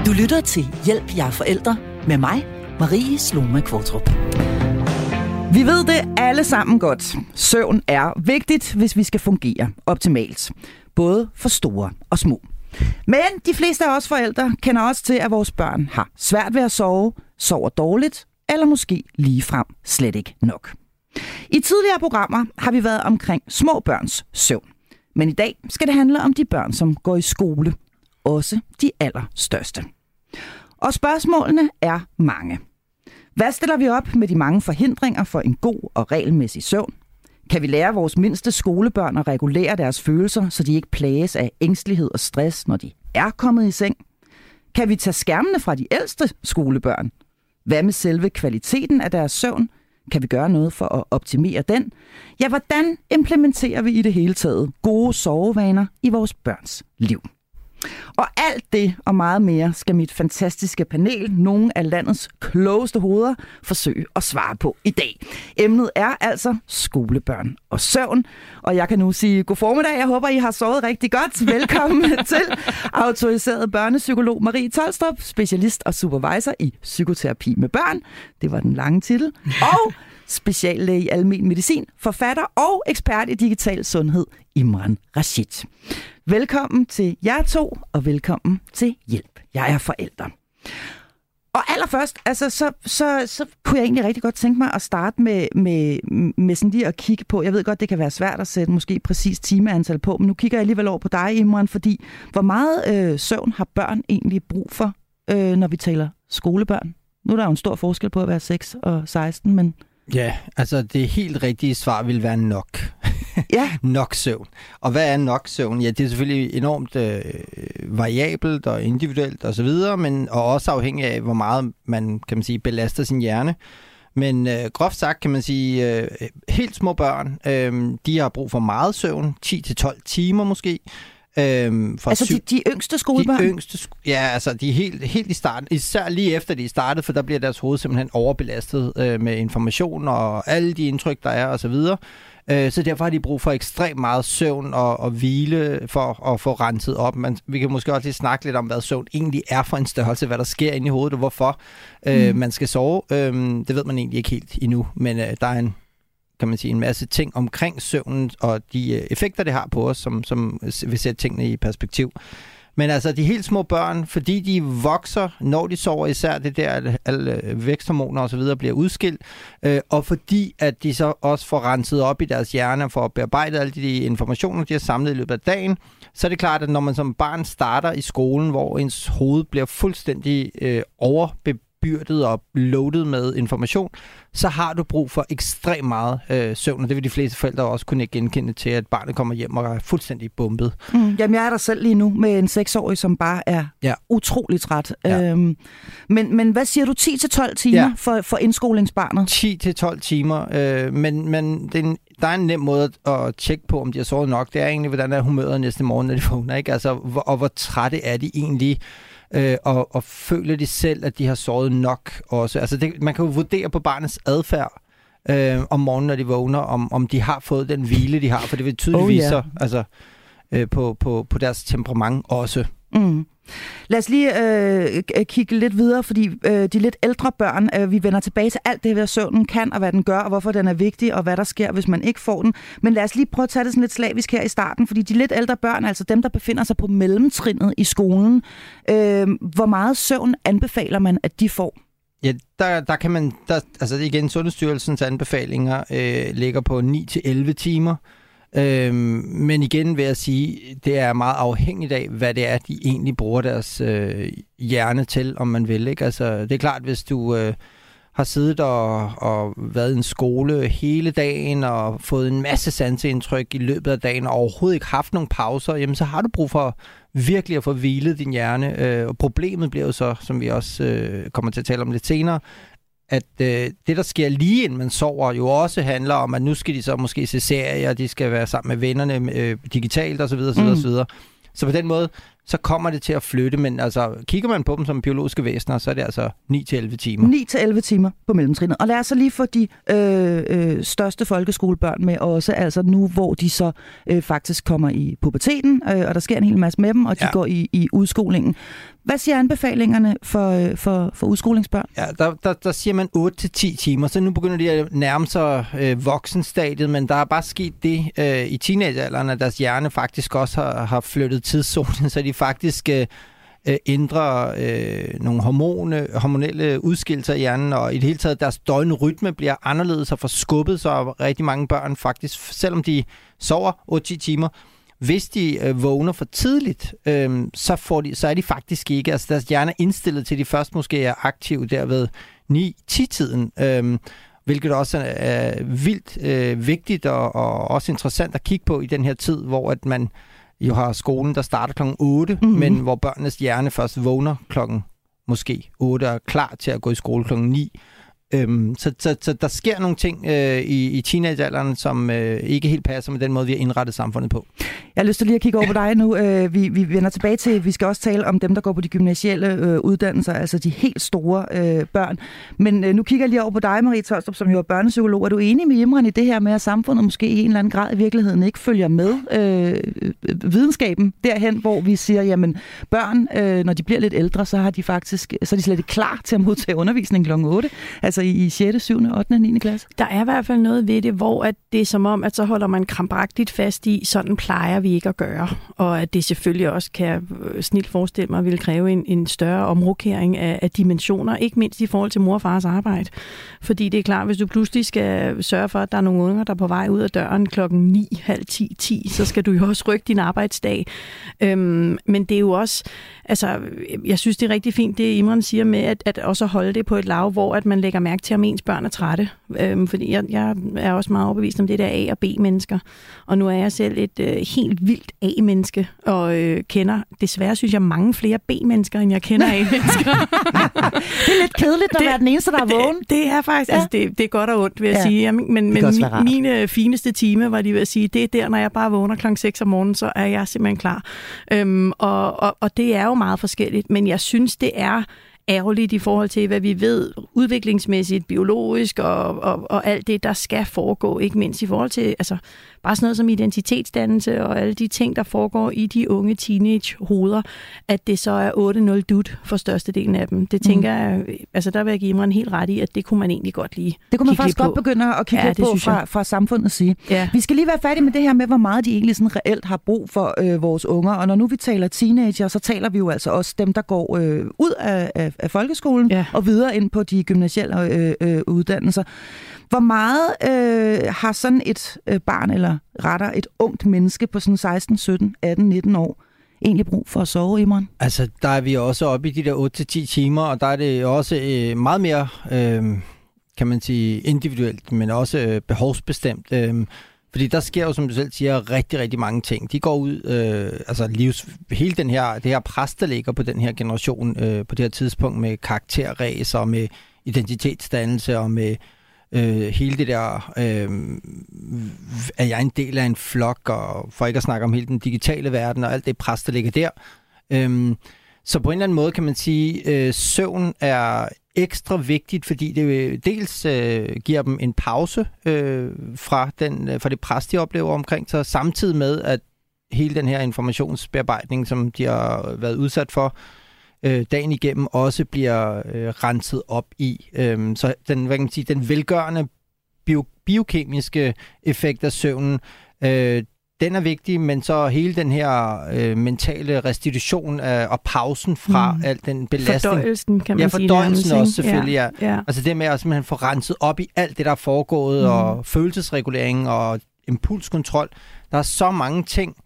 Du lytter til Hjælp, jeg er forældre med mig, Marie Sloma Kvartrup. Vi ved det alle sammen godt. Søvn er vigtigt, hvis vi skal fungere optimalt. Både for store og små. Men de fleste af os forældre kender også til, at vores børn har svært ved at sove, sover dårligt, eller måske ligefrem slet ikke nok. I tidligere programmer har vi været omkring små børns søvn. Men i dag skal det handle om de børn, som går i skole. Også de allerstørste. Og spørgsmålene er mange. Hvad stiller vi op med de mange forhindringer for en god og regelmæssig søvn? Kan vi lære vores mindste skolebørn at regulere deres følelser, så de ikke plages af ængstelighed og stress, når de er kommet i seng? Kan vi tage skærmene fra de ældste skolebørn? Hvad med selve kvaliteten af deres søvn? Kan vi gøre noget for at optimere den? Ja, hvordan implementerer vi i det hele taget gode sovevaner i vores børns liv? Og alt det og meget mere skal mit fantastiske panel, nogle af landets klogeste hoveder, forsøge at svare på i dag. Emnet er altså skolebørn og søvn, og jeg kan nu sige god formiddag. Jeg håber, I har sovet rigtig godt. Velkommen til autoriseret børnepsykolog Marie Tolstrup, specialist og supervisor i psykoterapi med børn. Det var den lange titel. Og speciallæge i almen medicin, forfatter og ekspert i digital sundhed, Imran Rashid. Velkommen til jer to, og velkommen til Hjælp, jeg er forældre. Og allerførst, altså, så kunne jeg egentlig rigtig godt tænke mig at starte med sådan lige at kigge på, jeg ved godt, det kan være svært at sætte måske præcis timeantal på, men nu kigger jeg alligevel over på dig, Imran, fordi hvor meget søvn har børn egentlig brug for, når vi taler skolebørn? Nu er der jo en stor forskel på at være 6 og 16, men... Ja, altså det helt rigtige svar vil være nok. Ja. Nok søvn. Og hvad er nok søvn? Ja, det er selvfølgelig enormt variabelt og individuelt og så videre, men og også afhængig af, hvor meget man, kan man sige, belaster sin hjerne. Men groft sagt kan man sige, helt små børn, de har brug for meget søvn, 10-12 timer måske. Altså de yngste skolebørn? De yngste, ja, altså de er helt i starten, især lige efter de er startet, for der bliver deres hoved simpelthen overbelastet med information og alle de indtryk, der er og så videre. Så derfor har de brug for ekstremt meget søvn og hvile for at få renset op. Vi kan måske også lige snakke lidt om, hvad søvn egentlig er for en størrelse, hvad der sker inde i hovedet, og hvorfor man skal sove. Det ved man egentlig ikke helt endnu, men der er kan man sige, en masse ting omkring søvnen og de effekter, det har på os, som vil sætte tingene i perspektiv. Men altså, de helt små børn, fordi de vokser, når de sover, især det der, alle væksthormoner og så videre bliver udskilt, og fordi at de så også får renset op i deres hjerne for at bearbejde alle de informationer, de har samlet i løbet af dagen, så er det klart, at når man som barn starter i skolen, hvor ens hoved bliver fuldstændig overbebyrdet og loaded med information, så har du brug for ekstremt meget søvn, og det vil de fleste forældre også kunne genkende til, at barnet kommer hjem og er fuldstændig bumpet. Jamen, jeg er der selv lige nu med en 6-årig, som bare er utrolig træt. Ja. Men hvad siger du, 10-12 timer for indskolingsbarnet? 10-12 timer, men der er en nem måde at tjekke på, om de har sovet nok. Det er egentlig, hvordan er humøret næste morgen, når de vågner, ikke? Altså, hvor trætte er de egentlig? Og føler de selv, at de har sovet nok også. Altså man kan jo vurdere på barnets adfærd om morgenen, når de vågner, om de har fået den hvile, de har, for det vil tydeligvis altså, på deres temperament også. Mm. Lad os lige kigge lidt videre, fordi de lidt ældre børn, vi vender tilbage til alt det, hvad søvnen kan, og hvad den gør, og hvorfor den er vigtig, og hvad der sker, hvis man ikke får den. Men lad os lige prøve at tage det sådan lidt slavisk her i starten, fordi de lidt ældre børn, altså dem, der befinder sig på mellemtrinnet i skolen, hvor meget søvn anbefaler man, at de får? Ja, der kan man, altså igen, Sundhedsstyrelsens anbefalinger ligger på 9-11 timer. Men igen vil jeg sige, det er meget afhængigt af, hvad det er, de egentlig bruger deres hjerne til, om man vil. Ikke? Altså, det er klart, hvis du har siddet og været i en skole hele dagen og fået en masse sanseindtryk i løbet af dagen og overhovedet ikke haft nogen pauser, jamen så har du brug for virkelig at få hvilet din hjerne. Og problemet bliver jo så, som vi også kommer til at tale om lidt senere, at det, der sker lige inden man sover, jo også handler om, at nu skal de så måske se serier, de skal være sammen med vennerne digitalt osv. Så på den måde, så kommer det til at flytte, men altså, kigger man på dem som biologiske væsener, så er det altså 9-11 timer. 9-11 timer på mellemtrinnet. Og lad os så lige få de største folkeskolebørn med også, altså nu, hvor de så faktisk kommer i puberteten, og der sker en hel masse med dem, og de går i udskolingen. Hvad siger anbefalingerne for udskolingsbørn? Ja, der siger man 8-10 timer, så nu begynder de at nærme sig voksenstadiet, men der er bare sket det i teenagealderen, at deres hjerne faktisk også har flyttet tidszonen, så de faktisk ændrer nogle hormonelle udskillelser i hjernen, og i det hele taget deres døgnrytme bliver anderledes og forskubbet, så rigtig mange børn faktisk, selvom de sover 8-10 timer, hvis de vågner for tidligt, så er de faktisk ikke. Altså deres hjerne er indstillet til, at de først måske er aktive der ved 9-10-tiden, hvilket også er vildt vigtigt og også interessant at kigge på i den her tid, hvor at man jo har skolen, der starter klokken 8, men hvor børnenes hjerne først vågner klokken måske 8 og er klar til at gå i skole klokken 9. Så der sker nogle ting i teenagealderen, som ikke helt passer med den måde, vi har indrettet samfundet på. Jeg har lyst til lige at kigge over på dig nu. Vi vender tilbage til, vi skal også tale om dem, der går på de gymnasielle uddannelser, altså de helt store børn. Men nu kigger jeg lige over på dig, Marie Tolstrup, som jo er børnepsykolog. Er du enig med Imran i det her med, at samfundet måske i en eller anden grad i virkeligheden ikke følger med videnskaben derhen, hvor vi siger, jamen børn, når de bliver lidt ældre, så er de slet ikke klar til at modtage undervisning kl. 8, altså i 6., 7., 8. og 9. klasse? Der er i hvert fald noget ved det, hvor at det er som om, at så holder man krampagtigt fast i, sådan plejer vi ikke at gøre. Og at det selvfølgelig også kan snilt forestille mig, vil kræve en større omrokering af dimensioner, ikke mindst i forhold til mor og fars arbejde. Fordi det er klart, hvis du pludselig skal sørge for, at der er nogle unger, der er på vej ud af døren klokken 9, halv 10, så skal du jo også rykke din arbejdsdag. Men det er jo også, altså, jeg synes, det er rigtig fint, det Imran siger med, at også holde det på et lav, hvor at man lægger mærke til, om ens børn er trætte. Fordi jeg er også meget overbevist om det der A- og B-mennesker. Og nu er jeg selv et helt vildt A-menneske, og kender desværre, synes jeg, mange flere B-mennesker, end jeg kender A-mennesker. Det er lidt kedeligt at være den eneste, der er vågen. Det er faktisk, altså det er godt og ondt, vil jeg sige. Men min fineste time, var de ved at sige, det er der, når jeg bare vågner klokken 6 om morgenen, så er jeg simpelthen klar. Og det er jo meget forskelligt, men jeg synes, det er ærgerligt i forhold til, hvad vi ved udviklingsmæssigt, biologisk og alt det, der skal foregå, ikke mindst i forhold til altså, bare sådan noget som identitetsdannelse og alle de ting, der foregår i de unge teenage-hoveder, at det så er 8-0 dut for størstedelen af dem. Det tænker jeg, altså der vil jeg give mig en helt ret i, at det kunne man egentlig godt lige det kunne man faktisk godt begynde at kigge lidt på fra samfundets side. Ja. Vi skal lige være færdige med det her med, hvor meget de egentlig sådan reelt har brug for vores unger, og når nu vi taler teenager, så taler vi jo altså også dem, der går ud af folkeskolen og videre ind på de gymnasielle uddannelser. Hvor meget har sådan et barn, eller rettere et ungt menneske på sådan 16, 17, 18, 19 år egentlig brug for at sove, Imran? Altså, der er vi også oppe i de der 8-10 timer, og der er det også meget mere, kan man sige, individuelt, men også behovsbestemt. Fordi der sker jo, som du selv siger, rigtig, rigtig mange ting. De går ud, hele det her pres, der ligger på den her generation på det her tidspunkt med karakterræs og med identitetsdannelse og med hele det der, er jeg en del af en flok, og for ikke at snakke om hele den digitale verden og alt det pres, der ligger der. Så på en eller anden måde kan man sige, søvn er ekstra vigtigt, fordi det dels giver dem en pause fra det pres, de oplever omkring sig, samtidig med, at hele den her informationsbearbejdning, som de har været udsat for dagen igennem, også bliver renset op i. Så den velgørende biokemiske effekt af søvnen, den er vigtig, men så hele den her mentale restitution og pausen fra al den belastning. Fordøjelsen, kan man sige. Fordøjelsen også selvfølgelig, ja. Altså det med at simpelthen få renset op i alt det, der er foregået, og følelsesregulering og impulskontrol. Der er så mange ting,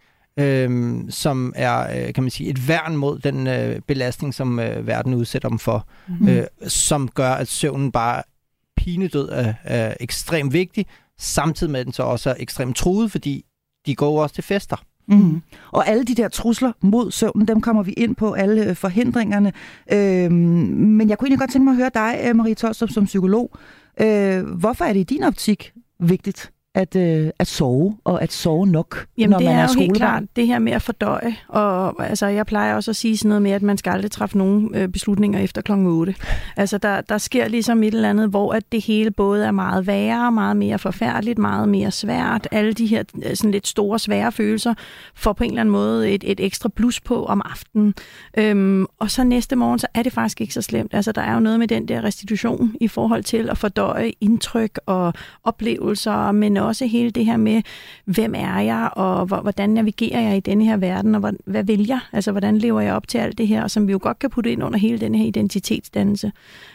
som er, kan man sige, et værn mod den belastning, som verden udsætter dem for, som gør, at søvnen bare pinedød er ekstremt vigtig, samtidig med at den så også er ekstremt truet, fordi de går også til fester. Mm. Og alle de der trusler mod søvnen, dem kommer vi ind på, alle forhindringerne. Men jeg kunne egentlig godt tænke mig at høre dig, Marie Tolstrup, som psykolog. Hvorfor er det i din optik vigtigt at sove, og at sove nok, Jamen, når man er skolebarn? Det er jo helt klart det her med at fordøje, og altså, jeg plejer også at sige sådan noget med, at man skal aldrig træffe nogen beslutninger efter klokken 8. Altså, der sker ligesom et eller andet, hvor at det hele både er meget værre, meget mere forfærdeligt, meget mere svært. Alle de her sådan lidt store, svære følelser får på en eller anden måde et ekstra blus på om aftenen. Og så næste morgen, så er det faktisk ikke så slemt. Altså, der er jo noget med den der restitution i forhold til at fordøje indtryk og oplevelser, men også hele det her med, hvem er jeg, og hvordan navigerer jeg i denne her verden, og hvad vil jeg? Altså, hvordan lever jeg op til alt det her, som vi jo godt kan putte ind under hele denne her identitetsdannelse.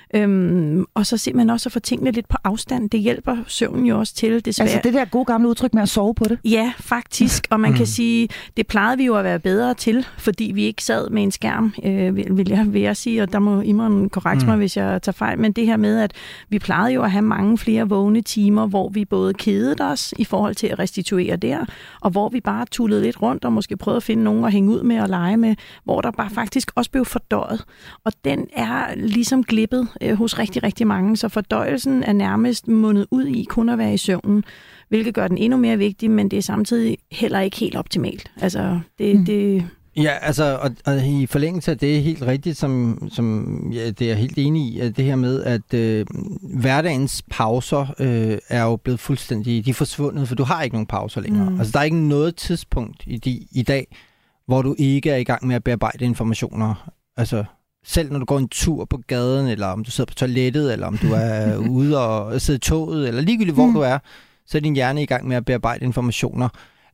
Og så simpelthen også at få tingene lidt på afstand. Det hjælper søvnen jo også til, desværre. Altså det der gode gamle udtryk med at sove på det? Ja, faktisk. Og man kan sige, det plejede vi jo at være bedre til, fordi vi ikke sad med en skærm, vil jeg sige, og der må Imran korrekte mig, hvis jeg tager fejl. Men det her med, at vi plejede jo at have mange flere vågne timer, hvor vi både kedede os i forhold til at restituere der, og hvor vi bare tullede lidt rundt og måske prøvede at finde nogen at hænge ud med og lege med, hvor der bare faktisk også blev fordøjet. Og den er ligesom glippet hos rigtig, rigtig mange, så fordøjelsen er nærmest mundet ud i kun at være i søvnen, hvilket gør den endnu mere vigtig, men det er samtidig heller ikke helt optimalt. Altså, det Ja, altså, og i forlængelse af det er helt rigtigt, som ja, det er jeg helt enig i, at det her med, at hverdagens pauser er jo blevet fuldstændig, de er forsvundet, for du har ikke nogen pauser længere. Altså, der er ikke noget tidspunkt i dag, hvor du ikke er i gang med at bearbejde informationer. Altså, selv når du går en tur på gaden, eller om du sidder på toilettet, eller om du er ude og sidder i toget, eller ligegyldigt hvor du er, så er din hjerne i gang med at bearbejde informationer.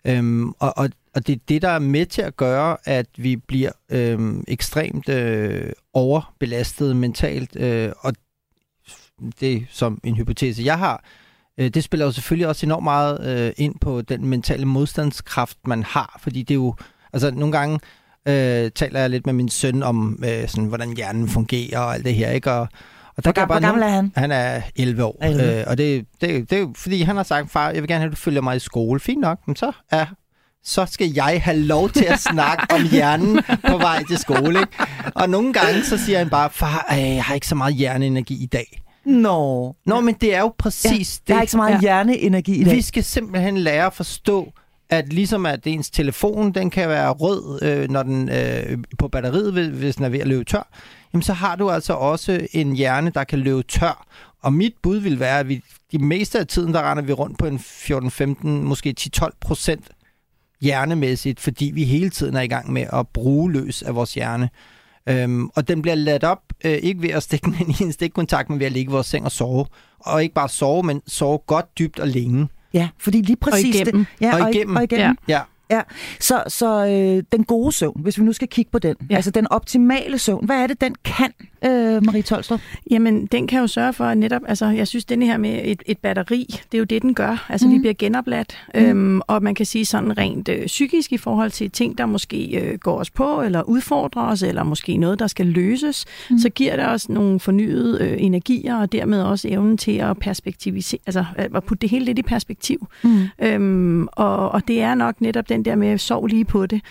Og det er det, der er med til at gøre, at vi bliver ekstremt overbelastet mentalt. Og det som en hypotese, jeg har, det spiller jo selvfølgelig også enormt meget ind på den mentale modstandskraft, man har. Fordi det er jo, altså nogle gange taler jeg lidt med min søn om, sådan, hvordan hjernen fungerer og alt det her, ikke? Og hvor gammel er han? Han er 11 år. 11. Og det er jo, fordi han har sagt, far, jeg vil gerne have, at du følger mig i skole. Fint nok, men så skal jeg have lov til at snakke om hjernen på vej til skole. Ikke? Og nogle gange, så siger han bare, far, jeg har ikke så meget hjerneenergi i dag. Nå, men det er jo præcis det. Jeg har ikke så meget hjerneenergi i dag. Vi skal simpelthen lære at forstå, at ligesom at ens telefon, den kan være rød, når den på batteriet, hvis den er ved at løbe tør, jamen så har du altså også en hjerne, der kan løbe tør. Og mit bud vil være, at de meste af tiden, der render vi rundt på en 14-15, måske 10-12% hjernemæssigt, fordi vi hele tiden er i gang med at bruge løs af vores hjerne. Og den bliver ladt op, ikke ved at stikke den ind i en stikkontakt, men ved at ligge i vores seng og sove. Og ikke bare sove, men sove godt, dybt og længe. Ja, fordi lige præcis... Og igennem. Og igennem. Ja. Så den gode søvn, hvis vi nu skal kigge på den, altså den optimale søvn, hvad er det, den kan, Marie Tolstrup? Jamen, den kan jo sørge for, at netop, altså jeg synes, denne her med et batteri, det er jo det, den gør. Altså, vi bliver genopladt, og man kan sige sådan rent psykisk i forhold til ting, der måske går os på, eller udfordrer os, eller måske noget, der skal løses, så giver det os nogle fornyede energier, og dermed også evnen til at perspektivisere, altså at putte det hele lidt i perspektiv. Og det er nok netop den der med sov lige på det.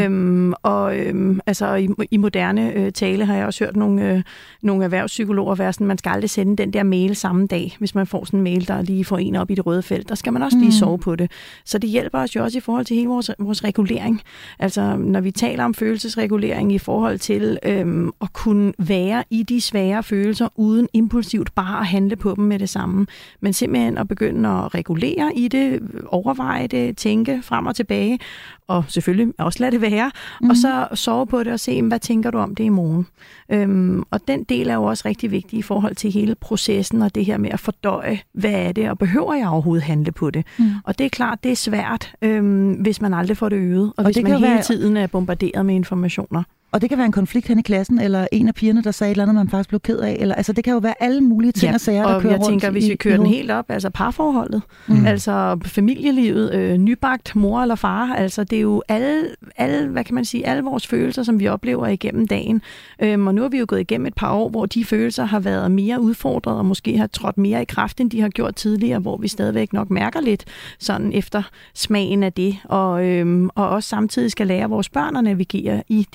Altså i moderne tale har jeg også hørt nogle erhvervspsykologer være sådan, man skal aldrig sende den der mail samme dag, hvis man får sådan en mail, der lige får en op i det røde felt. Der skal man også lige sove på det. Så det hjælper os jo også i forhold til hele vores regulering. Altså når vi taler om følelsesregulering i forhold til at kunne være i de svære følelser, uden impulsivt bare at handle på dem med det samme, men simpelthen at begynde at regulere i det, overveje det, tænke frem og tilbage, og selvfølgelig også lade det være, og så sove på det og se, hvad tænker du om det i morgen. Og den del er jo også rigtig vigtig i forhold til hele processen, og det her med at fordøje, hvad er det, og behøver jeg overhovedet handle på det? Og det er klart, det er svært, hvis man aldrig får det øvet, og hvis man hele tiden er bombarderet med informationer. Og det kan være en konflikt hen i klassen, eller en af pigerne, der sagde et eller andet, man faktisk blev ked af. Eller, altså, det kan jo være alle mulige ting og sager, der kører rundt. Og jeg tænker, hvis vi kører den helt op, altså parforholdet, altså familielivet, nybagt mor eller far, altså det er jo alle, hvad kan man sige, alle vores følelser, som vi oplever igennem dagen. Og nu har vi jo gået igennem et par år, hvor de følelser har været mere udfordret, og måske har trådt mere i kraft, end de har gjort tidligere, hvor vi stadigvæk nok mærker lidt sådan efter smagen af det, og også samtidig skal lære vores børn at navigere i denne her følelse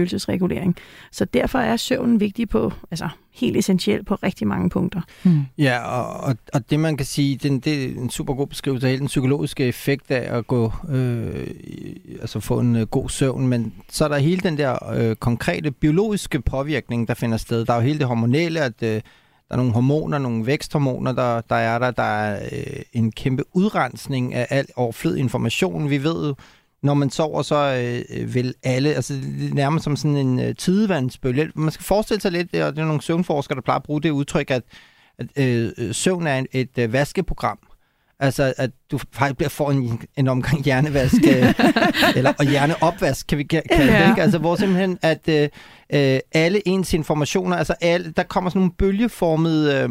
følelsesregulering. Så derfor er søvnen vigtig på, altså helt essentiel på rigtig mange punkter. Ja, og det man kan sige, det er en super god beskrivelse af hele den psykologiske effekt af at gå, altså få en god søvn, men så er der hele den der konkrete biologiske påvirkning, der finder sted. Der er jo hele det hormonelle, at der er nogle hormoner, nogle væksthormoner, der er en kæmpe udrensning af al overflødig information. Vi ved jo, når man sover, så vil alle, altså det er nærmest som sådan en tidevandsbølge. Man skal forestille sig lidt, og det er nogle søvnforskere, der plejer at bruge det udtryk, at søvn er et vaskeprogram. Altså, at du faktisk får en omgang hjernevask, og hjerneopvask, kan vi kalde det, ikke? Altså, hvor simpelthen, at alle ens informationer, altså der kommer sådan nogle bølgeformede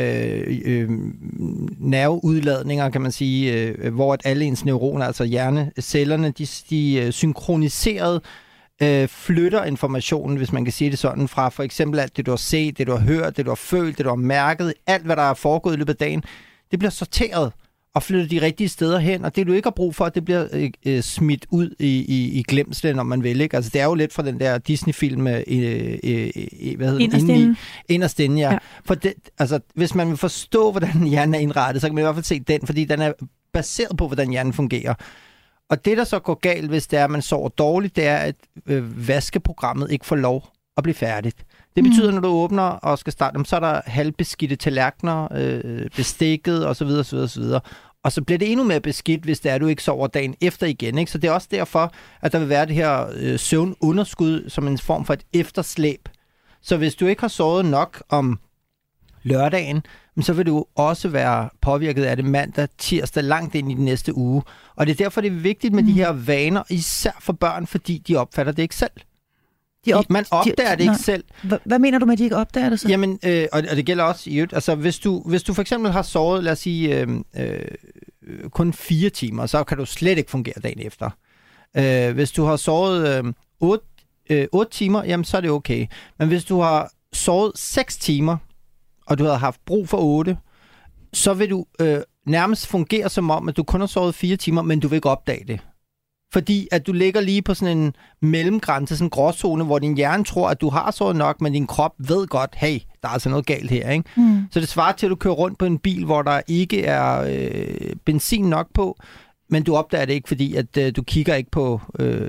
nerveudladninger, kan man sige, hvor at alle ens neuroner, altså hjernecellerne, de synkroniseret flytter informationen, hvis man kan sige det sådan, fra for eksempel alt det, du har set, det, du har hørt, det, du har følt, det, du har mærket, alt, hvad der er foregået i løbet af dagen, det bliver sorteret og flytter de rigtige steder hen, og det du ikke har brug for, det bliver smidt ud i glemslen, om man vil, ikke? Altså det er jo lidt fra den der Disney-film, hvad hedder den? Inderst inde, ja. For det, altså, hvis man vil forstå, hvordan hjernen er indrettet, så kan man i hvert fald se den, fordi den er baseret på, hvordan hjernen fungerer. Og det, der så går galt, hvis det er, at man sover dårligt, det er, at vaskeprogrammet ikke får lov at blive færdigt. Det betyder, når du åbner og skal starte, så er der halvbeskidte tallerkener, bestikket osv. Og så bliver det endnu mere beskidt, hvis det er, du ikke sover dagen efter igen. Ikke? Så det er også derfor, at der vil være det her søvnunderskud som en form for et efterslæb. Så hvis du ikke har sovet nok om lørdagen, så vil du også være påvirket af det mandag, tirsdag, langt ind i den næste uge. Og det er derfor, det er vigtigt med de her vaner, især for børn, fordi de opfatter det ikke selv. Man opdager det ikke selv. Hvad mener du med, at de ikke opdager det så? Jamen, og det gælder også i øvrigt. Altså, hvis du for eksempel har sovet, lad os sige, kun 4 timer, så kan du slet ikke fungere dagen efter. Hvis du har sovet 8 timer, jamen, så er det okay. Men hvis du har sovet 6 timer, og du har haft brug for 8, så vil du nærmest fungere som om, at du kun har sovet 4 timer, men du vil ikke opdage det. Fordi at du ligger lige på sådan en mellemgrænse, sådan en gråzone, hvor din hjerne tror, at du har sovet nok, men din krop ved godt, hey, der er altså noget galt her, ikke? Så det svarer til, at du kører rundt på en bil, hvor der ikke er benzin nok på, men du opdager det ikke, fordi at du kigger ikke på,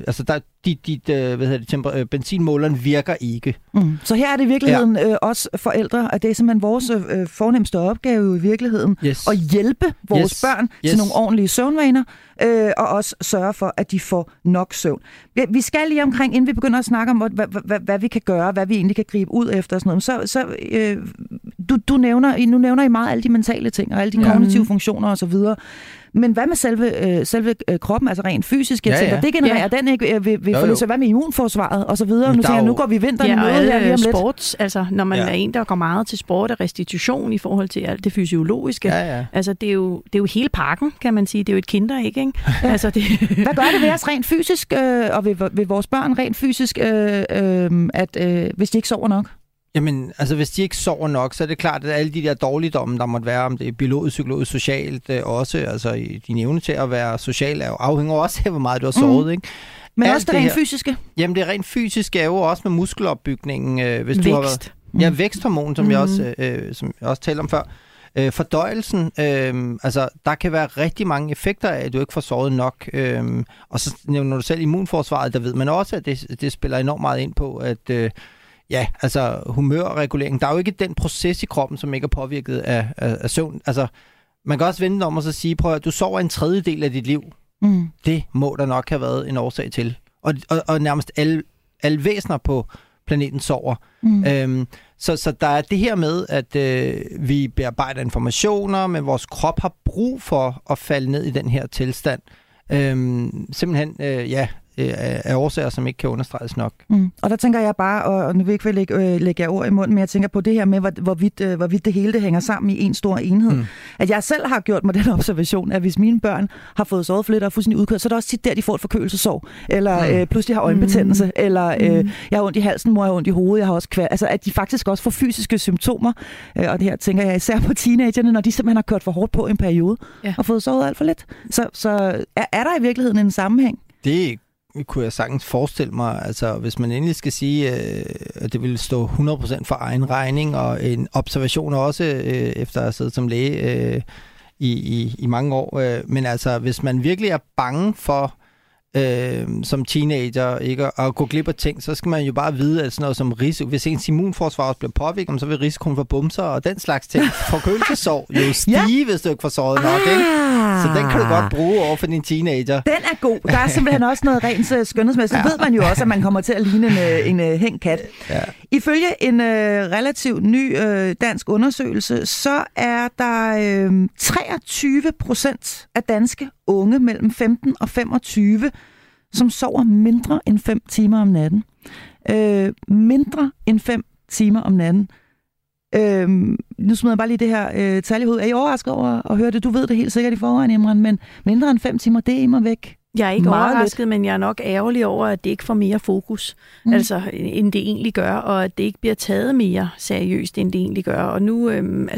benzinmåleren virker ikke. Så her er det i virkeligheden os forældre, at det er simpelthen vores fornemste opgave i virkeligheden, at hjælpe vores børn til nogle ordentlige søvnvaner, og også sørge for, at de får nok søvn. Vi skal lige omkring, inden vi begynder at snakke om, hvad vi kan gøre, hvad vi egentlig kan gribe ud efter og sådan noget. Du nævner I meget alle de mentale ting, og alle de kognitive funktioner og så videre. Men hvad med selve kroppen, altså rent fysisk? Jeg tænker, det genererer den ikke ved forløse. Hvad med immunforsvaret og så videre? Nu går vi vinteren i møde her lige om lidt. Sports, altså når man er en, der går meget til sport og restitution i forhold til alt det fysiologiske. Altså det er jo hele pakken, kan man sige. Det er jo et kinderæg, ikke? Altså, Hvad gør det ved os rent fysisk, og ved vores børn rent fysisk, hvis de ikke sover nok? Jamen, altså hvis de ikke sover nok, så er det klart, at alle de der dårligdomme, der måtte være, om det er biologisk, psykologisk, socialt også, altså din evne til at være social, er jo afhænger også af, hvor meget du har sovet, ikke? Men alt også det rent fysiske? Jamen, det rent fysiske er jo også med muskelopbygningen. Hvis du har været, væksthormon, som jeg også talte om før. Fordøjelsen, altså der kan være rigtig mange effekter af, at du ikke får sovet nok. Og så nævner du selv immunforsvaret, der ved man også, at det spiller enormt meget ind på, at altså humørregulering. Der er jo ikke den proces i kroppen, som ikke er påvirket af søvn. Altså, man kan også vende om og så sige, prøv at du sover en tredjedel af dit liv. Det må der nok have været en årsag til. Og nærmest alle væsener på planeten sover. Så der er det her med, at vi bearbejder informationer, men vores krop har brug for at falde ned i den her tilstand. Simpelthen, af årsager, som ikke kan understreges nok. Og der tænker jeg bare, og nu vil jeg ikke lægge ord i munden, men jeg tænker på det her med, hvorvidt det hele det hænger sammen i en stor enhed. At jeg selv har gjort mig den observation, at hvis mine børn har fået sovet for lidt og er fuldstændig udkørt, så er det også tit der, de får et forkølelsesår, eller pludselig har øjenbetændelse, eller jeg har ondt i halsen, mor har ondt i hovedet, jeg har også altså at de faktisk også får fysiske symptomer, og det her tænker jeg især på teenagerne, når de simpelthen har kørt for hårdt på en periode, og fået sovet alt for lidt. Så er der i virkeligheden en sammenhæng? Det kunne jeg sagtens forestille mig, altså hvis man endelig skal sige, at det ville stå 100% for egen regning, og en observation også, efter at have siddet som læge i mange år. Men altså, hvis man virkelig er bange for, som teenager ikke at gå glip af ting, så skal man jo bare vide, at sådan noget som risiko, hvis ens immunforsvar også bliver påvirket, så vil risikoen for bumser og den slags ting, forkølelsesår, jo stige, hvis du ikke får såret nok, ikke? Så den kan du godt bruge over for din teenager. Den er god. Der er simpelthen også noget rent skønhedsmæssigt. Ja. Ved man jo også, at man kommer til at ligne en hængt kat. Ja. Ifølge en relativt ny dansk undersøgelse, så er der 23% af danske unge mellem 15 og 25, som sover mindre end 5 timer om natten. Mindre end 5 timer om natten. Nu smider jeg bare lige det her tal i hovedet. Er I overrasket over at høre det? Du ved det helt sikkert i forvejen, Imran, men mindre end 5 timer, det er immer væk. Jeg er ikke overrasket, men jeg er nok ærgerlig over, at det ikke får mere fokus, altså, end det egentlig gør, og at det ikke bliver taget mere seriøst, end det egentlig gør. Og nu,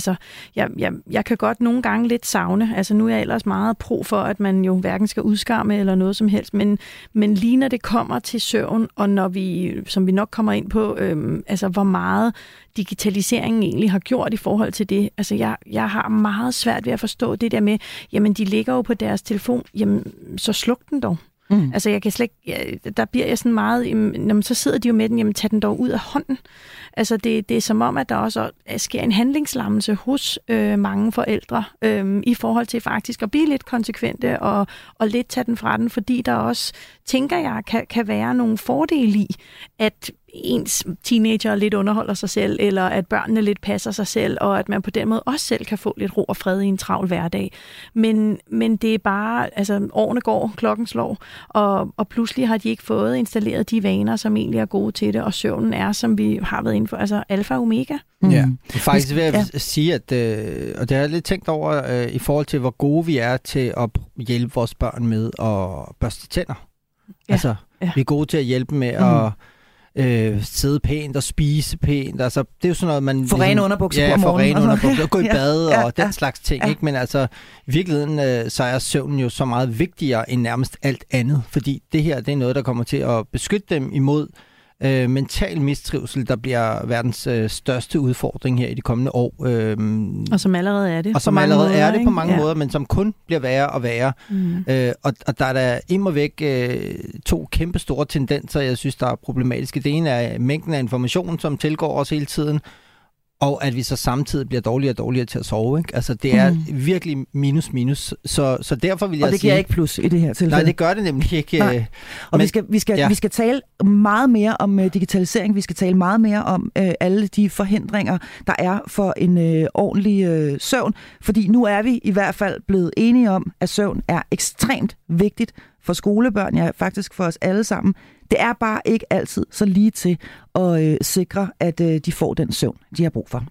jeg kan godt nogle gange lidt savne, altså nu er jeg ellers meget pro for, at man jo hverken skal udskamme eller noget som helst, men lige når det kommer til søvn, og når vi, som vi nok kommer ind på, altså hvor meget digitaliseringen egentlig har gjort i forhold til det. Altså jeg har meget svært ved at forstå det der med, jamen de ligger jo på deres telefon, jamen så sluk den dog. Altså jeg kan slet ikke, der bliver jeg sådan meget, jamen, så sidder de jo med den, jamen tag den dog ud af hånden. Altså det er som om, at der også sker en handlingslammelse hos mange forældre i forhold til faktisk at blive lidt konsekvente og lidt tage den fra den, fordi der også, tænker jeg, kan være nogle fordele i, at ens teenager lidt underholder sig selv, eller at børnene lidt passer sig selv, og at man på den måde også selv kan få lidt ro og fred i en travl hverdag. Men det er bare, altså årene går, klokken slår, og pludselig har de ikke fået installeret de vaner, som egentlig er gode til det, og søvnen er, som vi har været inde for, altså alfa og omega. Ja, faktisk vil jeg sige, at, og det har jeg lidt tænkt over, i forhold til, hvor gode vi er til at hjælpe vores børn med at børste tænder. Ja. Altså, vi er gode til at hjælpe med at sidde pænt og spise pænt. Altså, det er jo sådan noget, man... Få rene underbukser på morgenen. Ja, få rene underbukser, gå i bad og den slags ting. Ikke? Men altså, i virkeligheden, så er søvnen jo så meget vigtigere end nærmest alt andet. Fordi det her, det er noget, der kommer til at beskytte dem imod mental mistrivsel, der bliver verdens største udfordring her i de kommende år. Og som allerede er det. Og som allerede måder, er det på mange måder, men som kun bliver værre og værre. Og der er der immer væk 2 kæmpe store tendenser, jeg synes, der er problematiske. Det ene er mængden af information, som tilgår os hele tiden, og at vi så samtidig bliver dårligere og dårligere til at sove. Ikke? Altså, det er virkelig minus. Så derfor vil jeg sige... Og det giver ikke plus i det her tilfælde. Nej, det gør det nemlig ikke. Og vi skal tale meget mere om digitalisering. Vi skal tale meget mere om alle de forhindringer, der er for en ordentlig søvn. Fordi nu er vi i hvert fald blevet enige om, at søvn er ekstremt vigtigt for skolebørn, ja faktisk for os alle sammen. Det er bare ikke altid så lige til at sikre, at de får den søvn, de har brug for.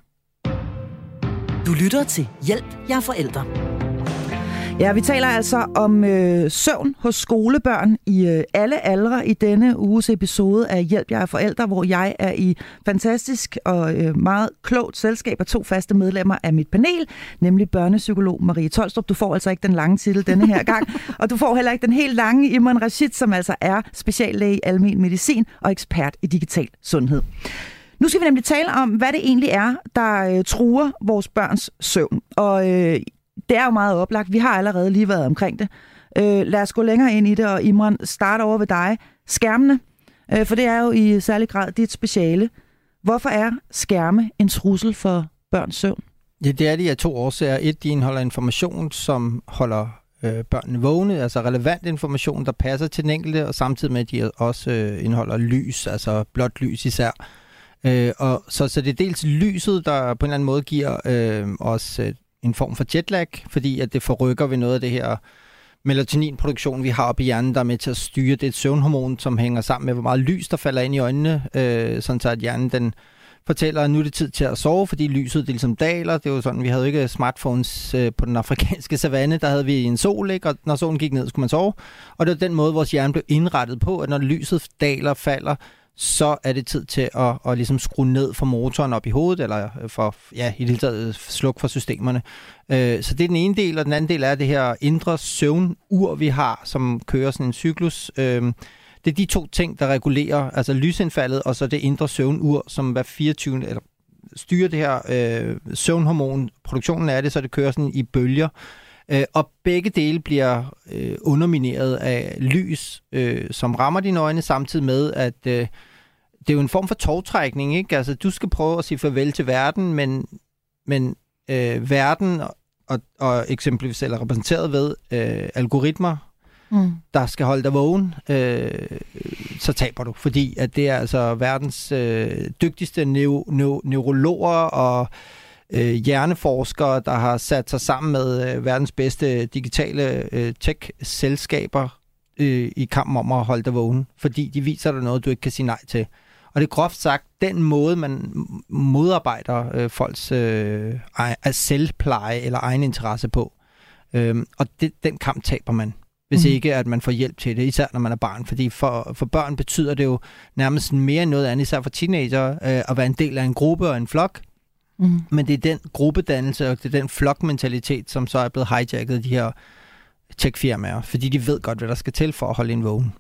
Du lytter til Hjælp, jeg er forælder. Ja, vi taler altså om søvn hos skolebørn i alle aldre i denne uges episode af Hjælp, jeg er forælder, hvor jeg er i fantastisk og meget klogt selskab af 2 faste medlemmer af mit panel, nemlig børnepsykolog Marie Tolstrup. Du får altså ikke den lange titel denne her gang, og du får heller ikke den helt lange Imran Rashid, som altså er speciallæge i almen medicin og ekspert i digital sundhed. Nu skal vi nemlig tale om, hvad det egentlig er, der truer vores børns søvn. Og det er jo meget oplagt. Vi har allerede lige været omkring det. Lad os gå længere ind i det, og Imran, starte over ved dig. Skærmene, for det er jo i særlig grad dit speciale. Hvorfor er skærme en trussel for børns søvn? Ja, det er de af 2 årsager. 1, de indeholder information, som holder børnene vågne, altså relevant information, der passer til den enkelte, og samtidig med, at de også indeholder lys, altså blåt lys især. Og så det er dels lyset, der på en eller anden måde giver os en form for jetlag, fordi at det forrykker ved noget af det her melatoninproduktion, vi har oppe i hjernen, der er med til at styre. Det er et søvnhormon, som hænger sammen med, hvor meget lys, der falder ind i øjnene, sådan så at hjernen den fortæller, at nu er det tid til at sove, fordi lyset det ligesom daler. Det er jo sådan, vi havde ikke smartphones på den afrikanske savanne, der havde vi en sol, ikke? Og når solen gik ned, skulle man sove. Og det var den måde, vores hjerne blev indrettet på, at når lyset daler, falder, så er det tid til at ligesom skrue ned for motoren op i hovedet, eller for, ja, i det hele taget slukke for systemerne. Så det er den ene del, og den anden del er det her indre søvnur, vi har, som kører sådan en cyklus. Det er de 2 ting, der regulerer altså lysindfaldet, og så det indre søvnur, som hver 24. eller styrer det her søvnhormon. Produktionen af det, så det kører sådan i bølger. Og begge dele bliver undermineret af lys, som rammer dine øjne, samtidig med, at det er jo en form for tovtrækning, ikke? Altså, du skal prøve at sige farvel til verden, men verden og eksempelvis eller repræsenteret ved algoritmer, der skal holde dig vågen, så taber du, fordi at det er altså verdens dygtigste neurologer og hjerneforskere, der har sat sig sammen med verdens bedste digitale tech-selskaber i kampen om at holde dig vågen, fordi de viser dig noget, du ikke kan sige nej til. Og det er groft sagt den måde, man modarbejder folks selvpleje eller egen interesse på. Og den kamp taber man, hvis ikke at man får hjælp til det, især når man er barn. Fordi for børn betyder det jo nærmest mere end noget andet, især for teenager, at være en del af en gruppe og en flok. Men det er den gruppedannelse og det er den flokmentalitet, som så er blevet hijacket af de her tech-firmaer, fordi de ved godt, hvad der skal til for at holde en vågen.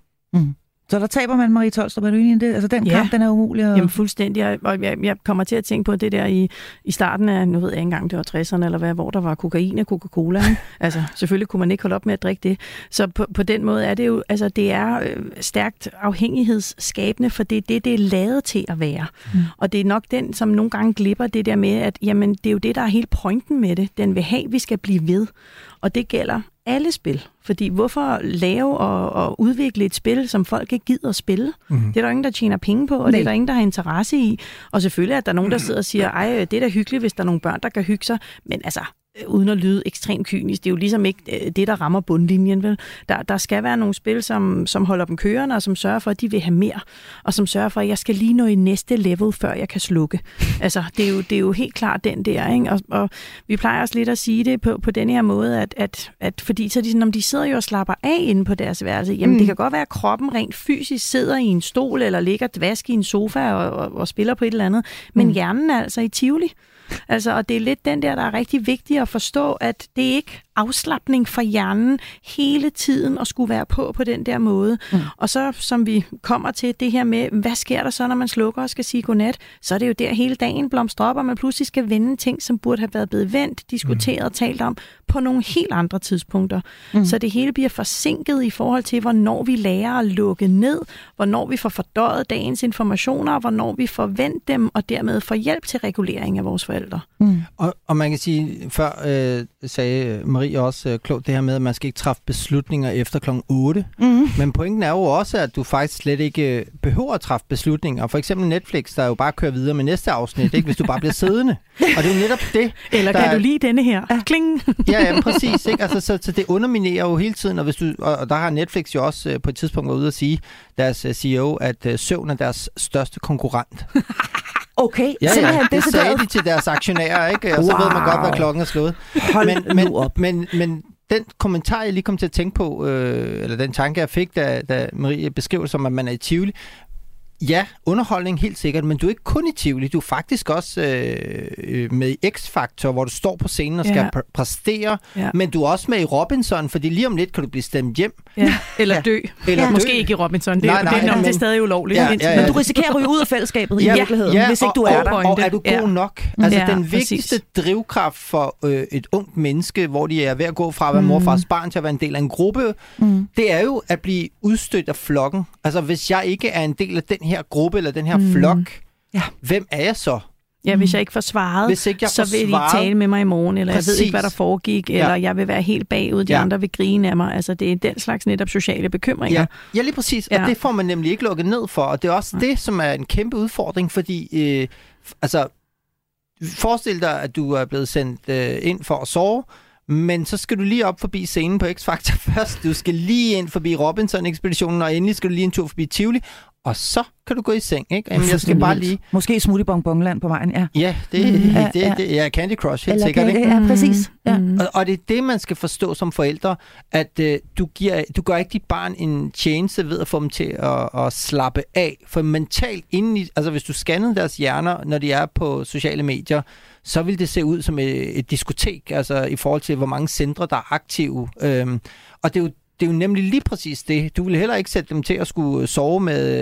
Så der taber man, Marie Tolstrup, er du enig i det? Altså den kamp, den er umulig. Jamen fuldstændig, og jeg kommer til at tænke på det der i starten af, nu ved jeg ikke engang, det var 60'erne eller hvad, hvor der var kokain og Coca-Cola. Altså selvfølgelig kunne man ikke holde op med at drikke det. Så på den måde er det jo, altså det er stærkt afhængighedsskabende, for det er det er lavet til at være. Og det er nok den, som nogle gange glipper det der med, at jamen det er jo det, der er hele pointen med det. Den vil have, vi skal blive ved. Og det gælder alle spil. Fordi hvorfor lave og udvikle et spil, som folk ikke gider at spille? Det er der ingen, der tjener penge på, og det er der ingen, der har interesse i. Og selvfølgelig er der nogen, der sidder og siger, ej, det er da hyggeligt, hvis der er nogle børn, der kan hygge sig. Men altså, uden at lyde ekstremt kynisk, det er jo ligesom ikke det, der rammer bundlinjen, vel? Der skal være nogle spil, som holder dem kørende, og som sørger for, at de vil have mere, og som sørger for, at jeg skal lige nå i næste level, før jeg kan slukke. Altså, det er jo helt klart den der, ikke? Og vi plejer også lidt at sige det på den her måde, at fordi så de sidder jo og slapper af inde på deres værelse. Jamen, det kan godt være, at kroppen rent fysisk sidder i en stol, eller ligger dvask i en sofa og spiller på et eller andet, men hjernen er altså i tivoli. Altså, og det er lidt den der er rigtig vigtigt at forstå, at det ikke afslapning for hjernen hele tiden at skulle være på den der måde. Og så, som vi kommer til det her med, hvad sker der så, når man slukker og skal sige godnat, så er det jo der hele dagen blomstrer op, og man pludselig skal vende ting, som burde have været blevet vendt, diskuteret og talt om på nogle helt andre tidspunkter. Så det hele bliver forsinket i forhold til, hvornår vi lærer at lukke ned, hvornår vi får fordøjet dagens informationer, og hvornår vi får vendt dem, og dermed får hjælp til regulering af vores forældre. Og man kan sige, før sagde Marie også klogt det her med, at man skal ikke træffe beslutninger efter kl. 8. Men pointen er jo også, at du faktisk slet ikke behøver at træffe beslutninger. For eksempel Netflix, der jo bare kører videre med næste afsnit, ikke, hvis du bare bliver siddende. Og det er jo netop det. Eller kan du lide denne her? Kling! Ja, præcis. Ikke? Altså, så det underminerer jo hele tiden, og der har Netflix jo også på et tidspunkt været ude at sige, deres CEO, at søvn er deres største konkurrent. Okay, ja, det sagde de til deres aktionærer, ikke? Og så ved man godt, hvad klokken er slået. Men den kommentar, jeg lige kom til at tænke på, eller den tanke, jeg fik, da Marie beskriver som, at man er i Tivoli. Ja, underholdning helt sikkert, men du er ikke kun i Tivoli. Du er faktisk også med i X-Factor, hvor du står på scenen og skal præstere, men du er også med i Robinson, fordi lige om lidt kan du blive stemt hjem. Ja. Eller dø. Måske ikke i Robinson. Det er stadig ulovligt. Men du risikerer at ryge ud af fællesskabet i virkeligheden, hvis ikke du er der. Og er du god nok? Altså den vigtigste drivkraft for et ungt menneske, hvor de er ved at gå fra at være morfars barn til at være en del af en gruppe, det er jo at blive udstødt af flokken. Altså hvis jeg ikke er en del af den her gruppe eller den her flok, hvem er jeg så? Ja, hvis jeg ikke får svaret, så vil de tale med mig i morgen, eller jeg ved ikke, hvad der foregik, eller jeg vil være helt bagud, de andre vil grine af mig. Altså, det er den slags netop sociale bekymringer. Ja, lige præcis. Og det får man nemlig ikke lukket ned for, og det er også det, som er en kæmpe udfordring, fordi forestil dig, at du er blevet sendt ind for at sove, men så skal du lige op forbi scenen på X-Factor først. Du skal lige ind forbi Robinson-ekspeditionen, og endelig skal du lige en tur forbi Tivoli. Og så kan du gå i seng, ikke? Jamen, jeg skal bare lige... Måske Smoothie Bonbonland på vejen, ja. Ja, det er Candy Crush, helt sikkert, ikke? Ja, præcis. Ja. Og det er det, man skal forstå som forældre, at du gør ikke dit barn en tjeneste ved at få dem til at slappe af. For mentalt indeni... Altså, hvis du scannede deres hjerner, når de er på sociale medier, så vil det se ud som et diskotek, altså i forhold til, hvor mange centre, der er aktive. Og det er det er jo nemlig lige præcis det. Du vil heller ikke sætte dem til at skulle sove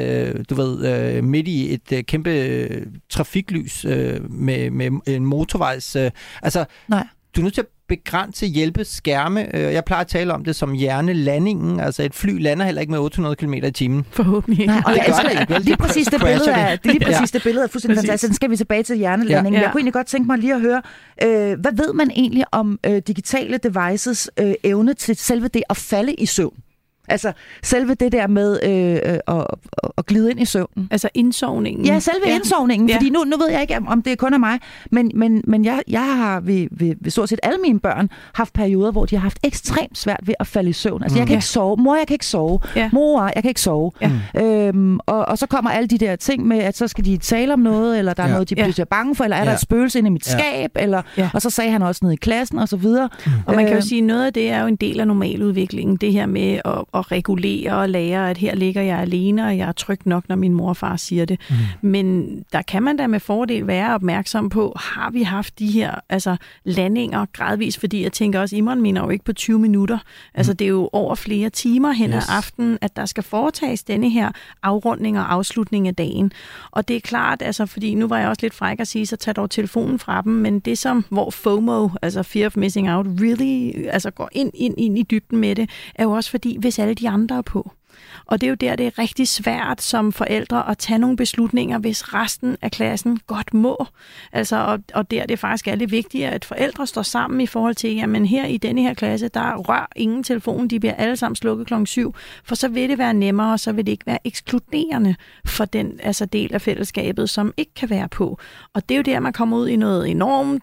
med, midt i et kæmpe trafiklys med en motorvejs... Nej. Du er nødt til at begrænse hjælpeskærme. Jeg plejer at tale om det som hjernelandingen. Altså et fly lander heller ikke med 800 km i timen. Forhåbentlig. Nej, og det jeg gør elsker det ikke, vel? lige præcis det billede af, det billede er fuldstændig fantastisk. Den skal vi tilbage til hjernelandingen. Ja. Jeg kunne egentlig godt tænke mig lige at høre, hvad ved man egentlig om digitale devices evne til selve det at falde i søvn? Altså selve det der med at glide ind i søvnen. Altså indsovningen. Ja, selve indsovningen. Ja. Fordi nu ved jeg ikke, om det kun er mig, men jeg har ved stort set alle mine børn haft perioder, hvor de har haft ekstremt svært ved at falde i søvn. Altså jeg kan ikke sove. Mor, jeg kan ikke sove. Ja. Mor, jeg kan ikke sove. Ja. Og så kommer alle de der ting med, at så skal de tale om noget, eller der er noget, de bliver bange for, eller er der et spøgelse inde i mit skab, eller, og så sagde han også nede i klassen, og så videre. Og man kan jo sige, noget af det er jo en del af normaludviklingen. Det her med at regulere og lære, at her ligger jeg alene, og jeg er tryg nok, når min mor og far siger det. Men der kan man da med fordel være opmærksom på, har vi haft de her landinger gradvis, fordi jeg tænker også, Imran mener jo ikke på 20 minutter. Altså det er jo over flere timer hen ad aftenen, at der skal foretages denne her afrunding og afslutning af dagen. Og det er klart, altså fordi nu var jeg også lidt fræk at sige, så tag dog telefonen fra dem, men det som, hvor FOMO, altså Fear of Missing Out, really går ind i dybden med det, er jo også fordi, hvis alle de andre er på. Og det er jo der, det er rigtig svært som forældre at tage nogle beslutninger, hvis resten af klassen godt må. Altså, og der det faktisk er lidt vigtigere, at forældre står sammen i forhold til, jamen her i denne her klasse, der rør ingen telefon, de bliver alle sammen slukket kl. 7, for så vil det være nemmere, og så vil det ikke være ekskluderende for den del af fællesskabet, som ikke kan være på. Og det er jo der, man kommer ud i noget enormt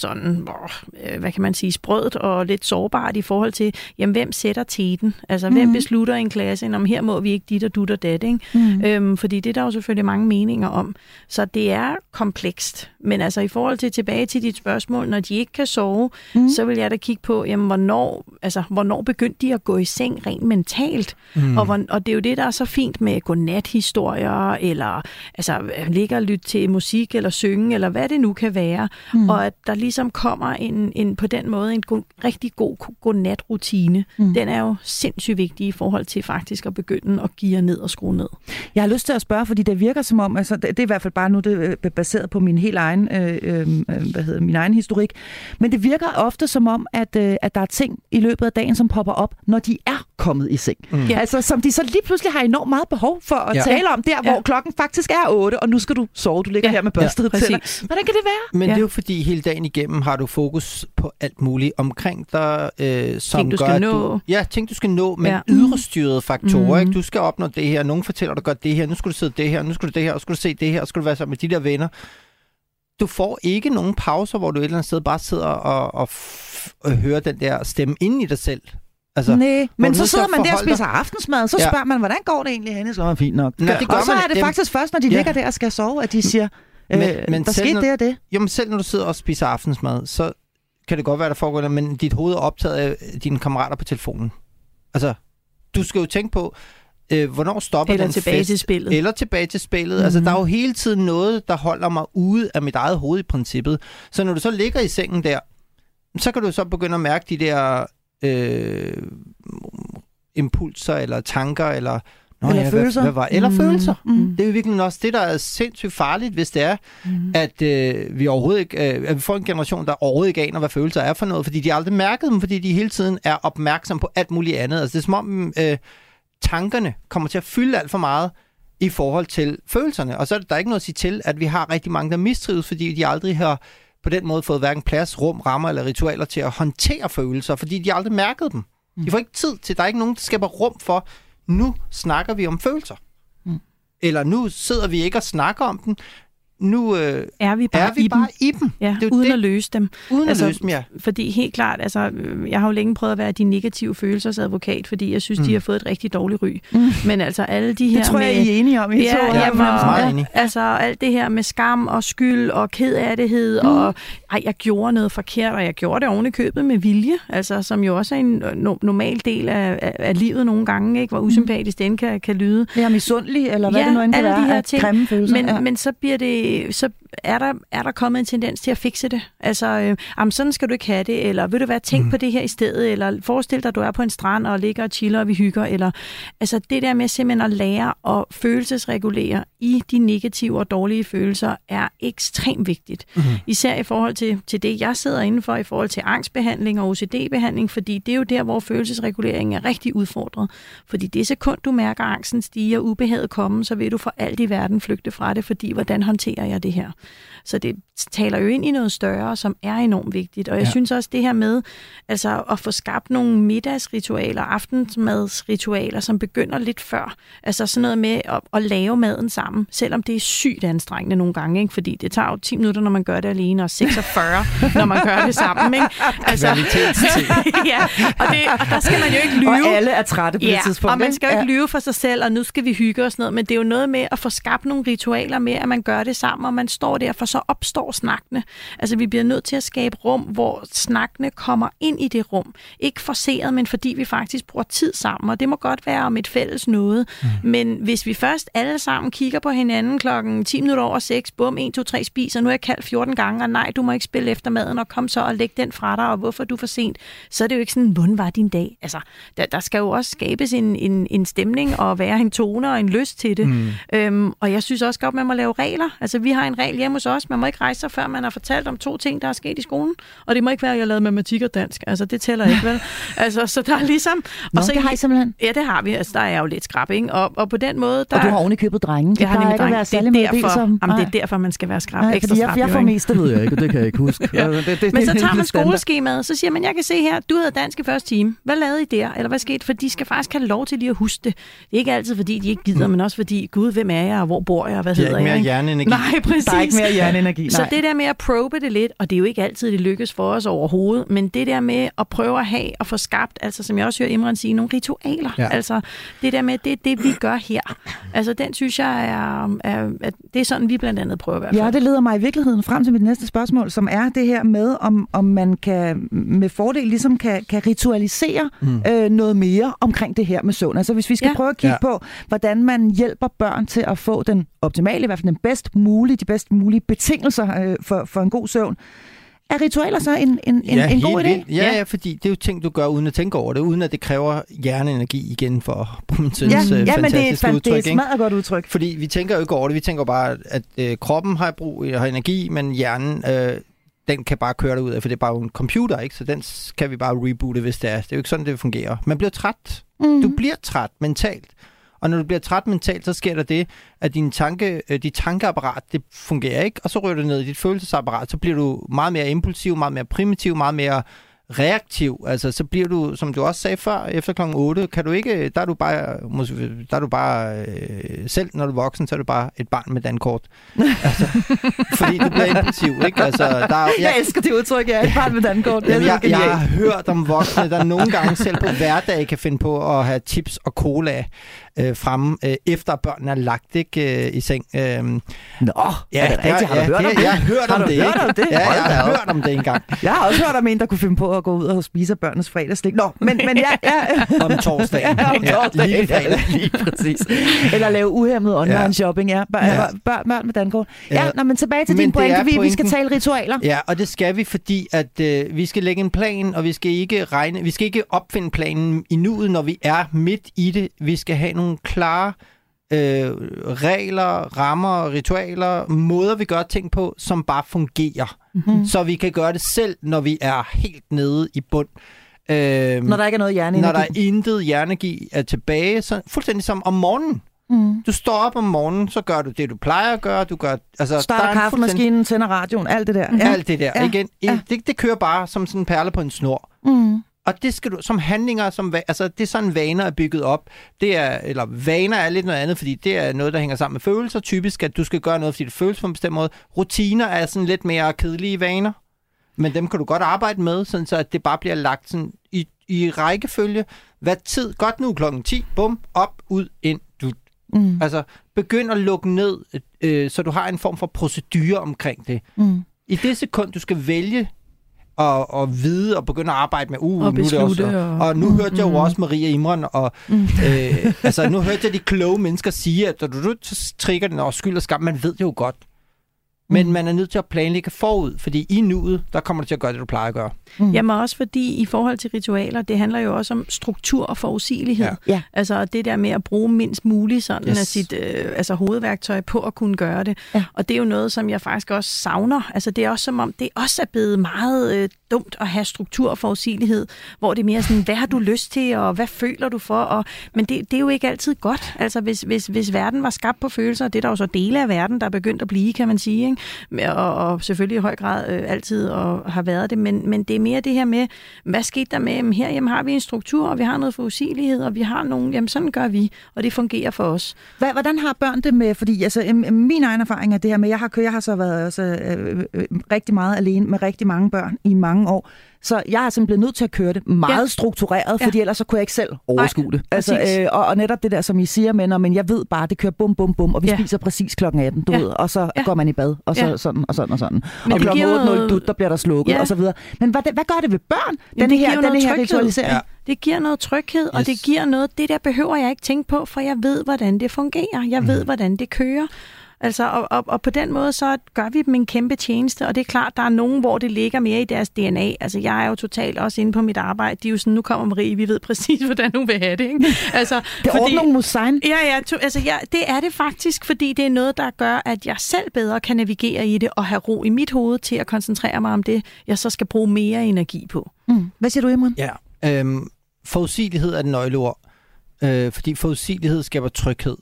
hvad kan man sige, sprødt og lidt sårbart i forhold til, jamen hvem sætter teten? Altså hvem beslutter en klasse, om her må vi ikke dit og dut og dat, ikke? Fordi det er der jo selvfølgelig mange meninger om. Så det er komplekst. Men altså i forhold til tilbage til dit spørgsmål, når de ikke kan sove, så vil jeg da kigge på, jamen hvornår begyndte de at gå i seng rent mentalt? Og det er jo det, der er så fint med godnathistorier, eller ligge og lytte til musik, eller synge, eller hvad det nu kan være. Og at der ligesom kommer en på den måde en rigtig god godnatrutine. Den er jo sindssygt vigtig i forhold til faktisk at begynde at geare ned og skrue ned. Jeg har lyst til at spørge, fordi det virker som om, det er i hvert fald bare nu, det er baseret på min helt egen, min egen historik, men det virker ofte som om, at der er ting i løbet af dagen, som popper op, når de er kommet i seng. Altså, som de så lige pludselig har enormt meget behov for at tale om der, hvor klokken faktisk er 8, og nu skal du sove, du ligger her med børstede tænder. Hvordan kan det være? Men det er jo fordi, hele dagen igennem har du fokus på alt muligt omkring dig, som ting, du skal nå. Ting, du skal nå, men ydrestyrede faktorer. Ikke? Du skal opnå det her, nogen fortæller dig godt det her, nu skal du sidde det her, nu skal du det her, og skal du se det her, og skal du være sammen med de der venner. Du får ikke nogen pauser, hvor du et eller andet sted bare sidder og hører den der stemme inde i dig selv. Altså, nej, men så sidder man der og spiser aftensmad, så spørger man, hvordan går det egentlig henne? Så er man fint nok. Og så er det faktisk først, når de ligger der og skal sove, at de siger, men der skete det og det. Jo, men selv når du sidder og spiser aftensmad, så kan det godt være, der foregår det, men dit hoved er optaget af dine kammerater på telefonen. Altså, du skal jo tænke på, hvornår stopper eller den tilbage fest? Til spillet. Eller tilbage til spillet. Altså, der er jo hele tiden noget, der holder mig ude af mit eget hoved i princippet. Så når du så ligger i sengen der, så kan du så begynde at mærke de der impulser, eller tanker, eller følelser. Eller følelser. Det er jo virkelig også det, der er sindssygt farligt, hvis det er, at vi overhovedet ikke, at vi får en generation, der overhovedet ikke aner, hvad følelser er for noget, fordi de aldrig mærket dem, fordi de hele tiden er opmærksom på alt muligt andet. Altså, det er som om tankerne kommer til at fylde alt for meget i forhold til følelserne. Og så er der ikke noget at sige til, at vi har rigtig mange, der mistrives, fordi de aldrig har på den måde fået hverken plads, rum, rammer eller ritualer til at håndtere følelser, fordi de aldrig mærket dem. De får ikke tid til, der er ikke nogen, der skaber rum for, nu snakker vi om følelser. Eller nu sidder vi ikke og snakker om dem. Nu er vi bare i dem. Ja, uden at løse dem. Uden at løse dem, ja. Fordi helt klart, jeg har jo længe prøvet at være de negative følelsers advokat, fordi jeg synes, de har fået et rigtig dårligt ry. Men altså alle de her... Det tror jeg, I er enige om. Altså alt det her med skam og skyld og kedattighed og jeg gjorde noget forkert, og jeg gjorde det oven i købet med vilje, altså som jo også er en normal del af livet nogle gange, ikke? Hvor usympatisk den kan lyde. Ja, misundelig, eller hvad det nu end kan være, de her ting. Grimme følelser. Men så bliver det er der kommet en tendens til at fikse det? Altså, sådan skal du ikke have det, eller vil du være tænkt på det her i stedet, eller forestil dig, at du er på en strand og ligger og chiller, og vi hygger, eller altså det der med simpelthen at lære at følelsesregulere i de negative og dårlige følelser er ekstremt vigtigt. Især i forhold til det, jeg sidder indenfor, i forhold til angstbehandling og OCD-behandling, fordi det er jo der, hvor følelsesreguleringen er rigtig udfordret. Fordi det sekund, du mærker angsten stiger, ubehaget komme, så vil du for alt i verden flygte fra det, fordi hvordan håndterer jeg det her? Så det taler jo ind i noget større, som er enormt vigtigt. Og jeg synes også det her med altså at få skabt nogle middagsritualer, aftensmadsritualer, som begynder lidt før. Altså sådan noget med at lave maden sammen, selvom det er sygt anstrengende nogle gange, ikke? Fordi det tager jo 10 minutter, når man gør det alene, og 46, når man gør det sammen. Ikke? Altså, ja, og der skal man jo ikke lyve. Og alle er trætte på det tidspunkt. Og man skal jo ikke lyve for sig selv, og nu skal vi hygge og sådan noget, men det er jo noget med at få skabt nogle ritualer med, at man gør det sammen, og man står der, for så opstår snakkene. Altså, vi bliver nødt til at skabe rum, hvor snakkene kommer ind i det rum. Ikke forceret, men fordi vi faktisk bruger tid sammen, og det må godt være om et fælles noget. Men hvis vi først alle sammen kigger på hinanden klokken 10 minutter over 6, bum, 1, 2, 3 spiser, nu er jeg kaldt 14 gange, og nej, du må ikke spille efter maden, og kom så og læg den fra dig, og hvorfor er du for sent? Så er det jo ikke sådan, hvordan var din dag? Altså, der skal jo også skabes en stemning, og være en tone og en lyst til det. Og jeg synes også godt, man må lave regler. Altså, vi har en regel hjemme hos os, man må ikke rejse sig, før man har fortalt om 2 ting, der er sket i skolen. Og det må ikke være, at jeg lavede matematik og dansk. Altså, det tæller ikke, vel? Altså, så der er ligesom... Nå, det har I simpelthen? Ja, det har vi. Altså, der er jo lidt skrab, ikke? Og på den måde... Og du har ovenikøbet drenge. Jeg har nemlig drenge. Det er derfor, man skal være skrab. Nej, fordi jeg får mest, det ved jeg ikke, og det kan jeg ikke huske. Ja. Men så tager man skoleskemaet, så siger man, jeg kan se her, du havde dansk i første time. Hvad lavede I der? Eller hvad skete? For de skal faktisk have lov til lige at huske det. Det er ikke altid, fordi de ikke gider, men også fordi, gud, hvem er jeg, og hvor bor jeg, og hvad hedder jeg? Der er ikke mere hjerneenergi. Nej, præcis. Der er ikke mere hjerneenergi, nej. Så det der med at probe det lidt, og det er jo ikke altid, det lykkes for os overhovedet, men det der med at prøve at have og få skabt, altså som jeg også hører Imran sige, nogle ritualer. Ja. Altså det der med, det er det, vi gør her. Altså den synes jeg at det er sådan, vi blandt andet prøver i hvert fald. Ja, det leder mig i virkeligheden frem til mit næste spørgsmål, som er det her med, om man kan med fordel ligesom kan ritualisere noget mere omkring det her med søvn. Altså hvis vi skal prøve at kigge på, hvordan man hjælper børn til at få den optimale, i hvert fald de bedst mulige betingelser for en god søvn. Er ritualer så en god idé? Ja, fordi det er jo ting, du gør uden at tænke over det, uden at det kræver hjerneenergi igen for Brunsens fantastiske udtryk. Det er et smadret godt udtryk. Fordi vi tænker jo ikke over det, vi tænker bare, at kroppen har energi, men hjernen, den kan bare køre derud af, for det er bare en computer, ikke? Så den kan vi bare reboote, hvis det er. Det er jo ikke sådan, det fungerer. Man bliver træt. Du bliver træt mentalt. Og når du bliver træt mentalt, så sker der det, at dit tankeapparat, det fungerer ikke, og så rører du ned i dit følelsesapparat, så bliver du meget mere impulsiv, meget mere primitiv, meget reaktiv. Altså, så bliver du, som du også sagde før, efter kl. 8, kan du ikke, der er du bare selv, når du er voksen, så er du bare et barn med dankort. Altså, fordi du bliver impulsiv, ikke? Altså, jeg elsker det udtryk, jeg er et barn med dankort. Jeg har hørt om voksne, der nogle gange selv på hverdag kan finde på at have chips og cola fremme, efter børnene er lagt ikke i seng. Nå, ja, er det rigtigt? Har du hørt om det? Jeg har hørt om det, ikke? Ja, jeg har hørt om det engang. Jeg har også hørt om en, der kunne finde på at gå ud og spise børnenes fredagslik. Nå, men ja. Om torsdagen. Lige præcis. Eller lave uhæmmet online shopping, børn med dankort. Men tilbage til din pointe, vi skal tale ritualer. Ja, og det skal vi, fordi at vi skal lægge en plan, og vi skal ikke opfinde planen i nuet, når vi er midt i det. Vi skal have nogle klare regler, rammer, ritualer, måder vi gør ting på, som bare fungerer. Så vi kan gøre det selv, når vi er helt nede i bund. Når der ikke er noget hjerneenergi. Når der er intet hjerneenergi er tilbage, så fuldstændig som om morgenen. Du står op om morgenen, så gør du det, du plejer at gøre. Du gør, altså, starter kaffemaskinen, tænder radioen, alt det der. Alt det der. Igen, det kører bare som sådan en perle på en snor. Og det skal du, som handlinger, altså det er sådan vaner er bygget op. Eller vaner er lidt noget andet, fordi det er noget, der hænger sammen med følelser. Typisk, at du skal gøre noget, fordi det føles på en bestemt måde. Rutiner er sådan lidt mere kedelige vaner, men dem kan du godt arbejde med, sådan så at det bare bliver lagt sådan i rækkefølge. Hvad tid? Godt nu klokken 10. Bum, op, ud, ind, du. Altså, begynd at lukke ned, så du har en form for procedure omkring det. I det sekund, du skal vælge og vide og begynde at arbejde med og nu det også. Og nu hørte jeg jo også Maria Imran, og nu hørte jeg de kloge mennesker sige, at så trigger den over skyld og skam. Man ved jo godt, Men man er nødt til at planlægge forud, fordi i nuet, der kommer du til at gøre det, du plejer at gøre. Jamen også fordi i forhold til ritualer, det handler jo også om struktur og forudsigelighed. Ja. Altså det der med at bruge mindst muligt sådan af sit hovedværktøj på at kunne gøre det. Ja. Og det er jo noget, som jeg faktisk også savner. Altså det er også som om, det også er blevet meget dumt at have struktur og forudsigelighed, hvor det er mere sådan, hvad har du lyst til, og hvad føler du for? Men det er jo ikke altid godt. Altså hvis verden var skabt på følelser, det er der jo så dele af verden, der er begyndt at blive, kan man sige, ikke? Og selvfølgelig i høj grad altid og har været det, men det er mere det her med, hvad skete der med, her har vi en struktur, og vi har noget forudsigelighed, og vi har nogle, jamen sådan gør vi, og det fungerer for os. Hvordan har børn det med, fordi altså, min egen erfaring er det her med, jeg har så været rigtig meget alene med rigtig mange børn i mange år, så jeg er simpelthen blevet nødt til at køre det meget struktureret, fordi ellers så kunne jeg ikke selv overskue det. Altså, og netop det der, som I siger, men jeg ved bare, det kører bum, bum, bum, og vi spiser præcis klokken 18, du ved, og så går man i bad, og så sådan og sådan og sådan. Men og klokken 8.00, der bliver der slukket, og så videre. Men hvad gør det ved børn, den her ritualisering? Ja. Det giver noget tryghed, og det giver noget, det der behøver jeg ikke tænke på, for jeg ved, hvordan det fungerer. Jeg ved, hvordan det kører. Altså, og på den måde, så gør vi dem en kæmpe tjeneste, og det er klart, der er nogen, hvor det ligger mere i deres DNA. Altså, jeg er jo totalt også inde på mit arbejde. De er jo sådan, nu kommer Marie, vi ved præcis, hvordan hun vil have det, ikke? Altså, det er ordning mod sign. Det er det faktisk, fordi det er noget, der gør, at jeg selv bedre kan navigere i det, og have ro i mit hoved til at koncentrere mig om det, jeg så skal bruge mere energi på. Hvad siger du, Imran? Ja, forudsigelighed er et nøgleord, fordi forudsigelighed skaber tryghed.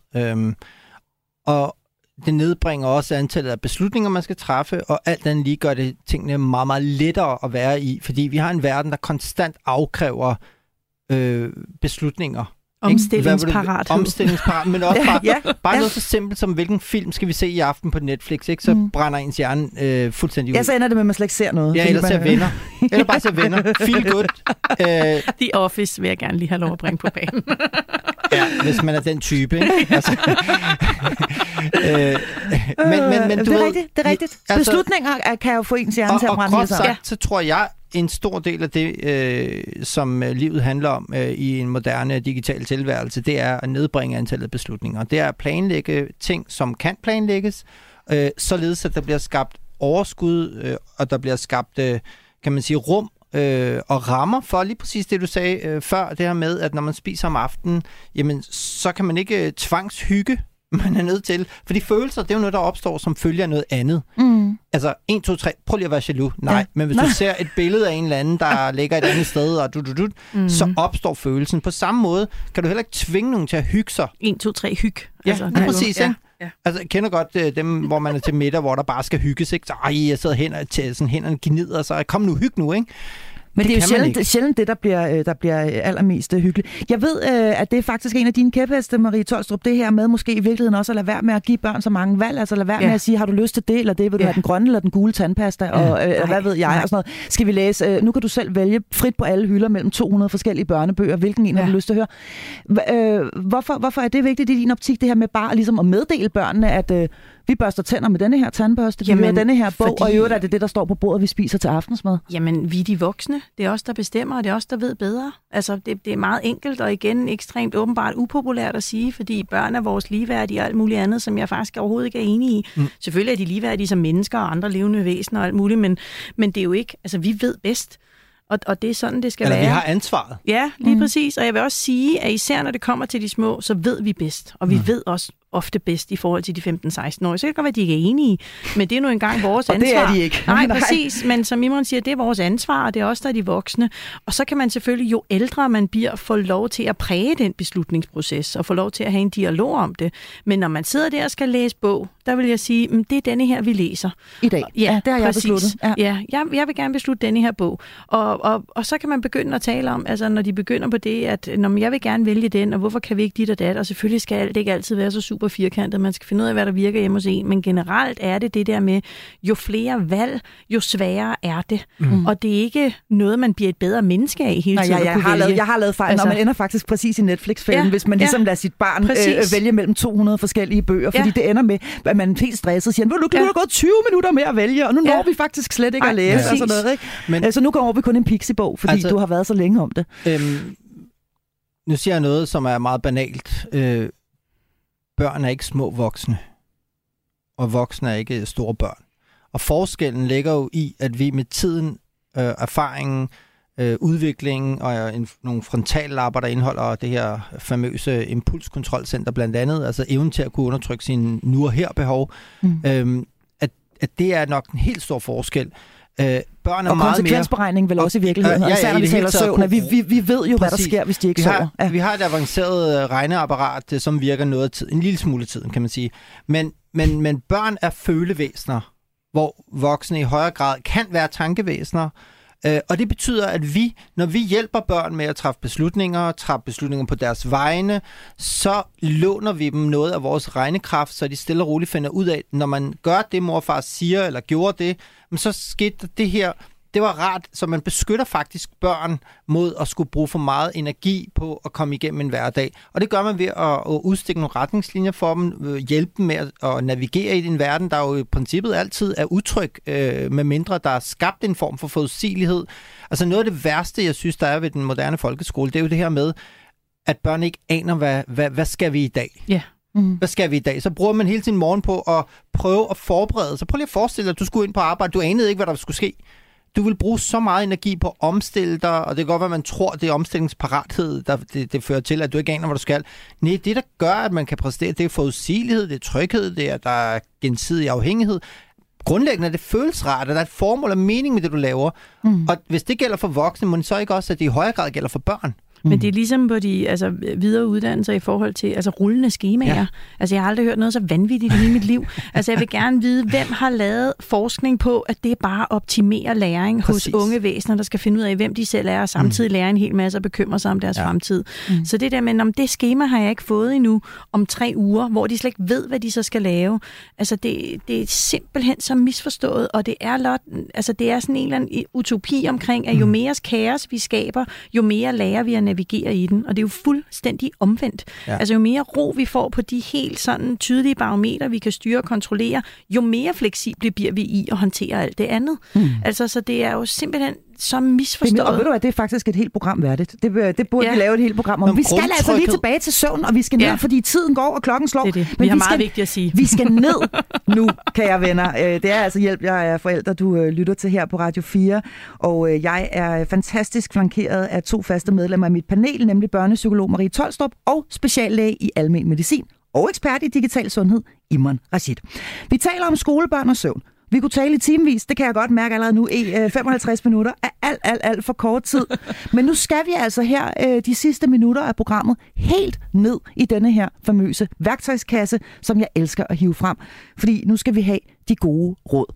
Og det nedbringer også antallet af beslutninger, man skal træffe, og alt andet lige gør det tingene meget, meget lettere at være i, fordi vi har en verden, der konstant afkræver beslutninger. Omstillingsparat, men også bare noget så simpelt som, hvilken film skal vi se i aften på Netflix, ikke? Så brænder ens hjerne fuldstændig ud. Ja, så ender det med, at man slet ikke ser noget. Ja, eller ser venner. Eller bare ser venner. Feel good. The Office vil jeg gerne lige have lov at bringe på banen. Ja, hvis man er den type, ikke? Altså, men du det er rigtigt. Altså, beslutninger kan jo få ens hjerne til at brænde helt sammen. Så tror jeg, en stor del af det, som livet handler om i en moderne digital tilværelse, det er at nedbringe antallet af beslutninger. Det er at planlægge ting, som kan planlægges, således at der bliver skabt overskud, og der bliver skabt, kan man sige, rum og rammer for lige præcis det, du sagde før, det her med, at når man spiser om aftenen, jamen, så kan man ikke tvangshygge, man er nødt til. Fordi følelser, det er jo noget, der opstår som følge af noget andet. Altså, 1, 2, 3, prøv lige at være jaloux. Nej, men hvis du ser et billede af en eller anden, der ligger et andet sted, og så opstår følelsen. På samme måde kan du heller ikke tvinge nogen til at hygge sig. 1, 2, 3, hyg. Ja, altså, præcis, ikke? Ja. Altså, jeg kender godt dem, hvor man er til middag, hvor der bare skal hygges, ikke? Så, jeg sidder hænderne gnider, så kom nu, hyg nu, ikke? Men det er jo sjældent det, der bliver allermest hyggeligt. Jeg ved, at det er faktisk en af dine kæpheste, Marie Tolstrup, det her med måske i virkeligheden også at lade være med at give børn så mange valg, altså lade være med at sige, har du lyst til det, eller det, vil du have den grønne eller den gule tandpasta, og hvad ved jeg, og sådan noget. Skal vi læse, nu kan du selv vælge frit på alle hylder mellem 200 forskellige børnebøger, hvilken en har du lyst til at høre. Hvorfor er det vigtigt i din optik, det her med bare ligesom at meddele børnene, at vi børster tænder med denne her tandbørste, vi hører denne her bog, og i øvrigt er det, der står på bordet, vi spiser til aftensmad? Jamen, vi er de voksne. Det er os, der bestemmer, og det er os, der ved bedre. Altså, det er meget enkelt, og igen ekstremt åbenbart upopulært at sige, fordi børn er vores ligeværdige og alt muligt andet, som jeg faktisk overhovedet ikke er enig i. Selvfølgelig er de ligeværdige som mennesker og andre levende væsener og alt muligt, men det er jo ikke, altså vi ved bedst. Og det er sådan, det skal være. Vi har ansvaret. Ja, lige præcis. Og jeg vil også sige, at især når det kommer til de små, så ved vi bedst. Og vi ved også ofte bedst i forhold til de 15-16-årige. Så kan det godt være, at de ikke er enige, men det er nu engang vores ansvar. Og det er de ikke. Nej, præcis. Men som Imran siger, det er vores ansvar, og det er også der er de voksne. Og så kan man selvfølgelig, jo ældre man bliver, få lov til at præge den beslutningsproces, og få lov til at have en dialog om det. Men når man sidder der og skal læse bog, der vil jeg sige, det er denne her, vi læser. I dag. Ja, det har jeg besluttet. Ja, jeg vil gerne beslutte denne her bog. Og så kan man begynde at tale om, altså når de begynder på det, at jeg vil gerne vælge den, og hvorfor kan vi ikke dit og dat? Og selvfølgelig skal det ikke altid være så super firkantet. Man skal finde ud af, hvad der virker hjemme hos en. Men generelt er det der med, jo flere valg, jo sværere er det. Og det er ikke noget, man bliver et bedre menneske af hele tiden. Jeg har lavet fejl, altså, når man ender faktisk præcis i Netflix-fælden, hvis man ligesom lader sit barn vælge mellem 200 forskellige bøger. Fordi det ender med, at man er helt stresset siger, nu er der gået 20 minutter med at vælge, og nu når vi faktisk slet ikke at læse. Og sådan noget, ikke? Men, så nu kommer vi kun en Pixie-bog, fordi du har været så længe om det. Nu siger jeg noget, som er meget banalt. Børn er ikke små voksne, og voksne er ikke store børn. Og forskellen ligger jo i, at vi med tiden, erfaringen, udviklingen og nogle frontallapper, der indeholder det her famøse impulskontrolcenter blandt andet, altså evnen til at kunne undertrykke sine nu og her behov, at det er nok en helt stor forskel. Børn er og meget konsekvensberegning vel også i virkeligheden, især når vi taler søvn, at vi ved jo, hvad der sker, hvis de ikke sover. Vi har et avanceret regneapparat, som virker noget af tiden, en lille smule af tiden, kan man sige. Men børn er følevæsener, hvor voksne i højere grad kan være tankevæsener. Og det betyder, at når vi hjælper børn med at træffe beslutninger på deres vegne, så låner vi dem noget af vores regnekraft, så de stille og roligt finder ud af, når man gør det, mor og far siger, eller gjorde det, så skete det her. Det var rart, så man beskytter faktisk børn mod at skulle bruge for meget energi på at komme igennem en hverdag. Og det gør man ved at udstikke nogle retningslinjer for dem, hjælpe dem med at navigere i en verden, der jo i princippet altid er utryg, med mindre der er skabt en form for forudsigelighed. Altså noget af det værste, jeg synes, der er ved den moderne folkeskole, det er jo det her med, at børn ikke aner, hvad skal vi i dag? Ja. Hvad skal vi i dag? Så bruger man hele sin morgen på at prøve at forberede sig. Prøv lige at forestille dig, at du skulle ind på arbejde. Du anede ikke, hvad der skulle ske. Du vil bruge så meget energi på at omstille dig, og det kan godt være, at man tror, det er omstillingsparathed, det fører til, at du ikke aner, hvad du skal. Nej, det, der gør, at man kan præstere, det er forudsigelighed, det er tryghed, det er, der er gensidig afhængighed. Grundlæggende er det følelsesret, der er et formål og mening med det, du laver. Og hvis det gælder for voksne, må det så ikke også, at det i højere grad gælder for børn? Men det er ligesom på de videre uddannelser i forhold til rullende skemaer. Ja. Altså, jeg har aldrig hørt noget så vanvittigt i hele mit liv. Altså, jeg vil gerne vide, hvem har lavet forskning på, at det er bare optimere læring hos unge væsener, der skal finde ud af, hvem de selv er, og samtidig lære en hel masse og bekymre sig om deres fremtid. Så det der med, om det skema har jeg ikke fået endnu om 3 uger, hvor de slet ikke ved, hvad de så skal lave. Altså, det er simpelthen så misforstået, og det er det er sådan en eller anden utopi omkring, at jo mere kaos vi skaber, jo mere lærer vi at navigere i den, og det er jo fuldstændig omvendt. Ja. Altså jo mere ro vi får på de helt sådan tydelige barometer, vi kan styre og kontrollere, jo mere fleksible bliver vi i at håndtere alt det andet. Altså, så det er jo simpelthen så misforstået. Og ved du hvad, det er faktisk et helt program værdigt. Det burde vi lave et helt program om. Vi skal altså lige tilbage til søvn, og vi skal ned, fordi tiden går, og klokken slår. Det. Men vi har meget vigtigt at sige. Vi skal ned nu, kære venner. Det er altså Hjælp, jeg er forældre, du lytter til her på Radio 4, og jeg er fantastisk flankeret af 2 faste medlemmer af mit panel, nemlig børnepsykolog Marie Tolstrup og speciallæge i almen medicin og ekspert i digital sundhed, Imran Rashid. Vi taler om skolebørn og søvn. Vi kunne tale i timevis, det kan jeg godt mærke allerede nu, i 55 minutter er alt for kort tid. Men nu skal vi altså her de sidste minutter af programmet helt ned i denne her famøse værktøjskasse, som jeg elsker at hive frem. Fordi nu skal vi have de gode råd.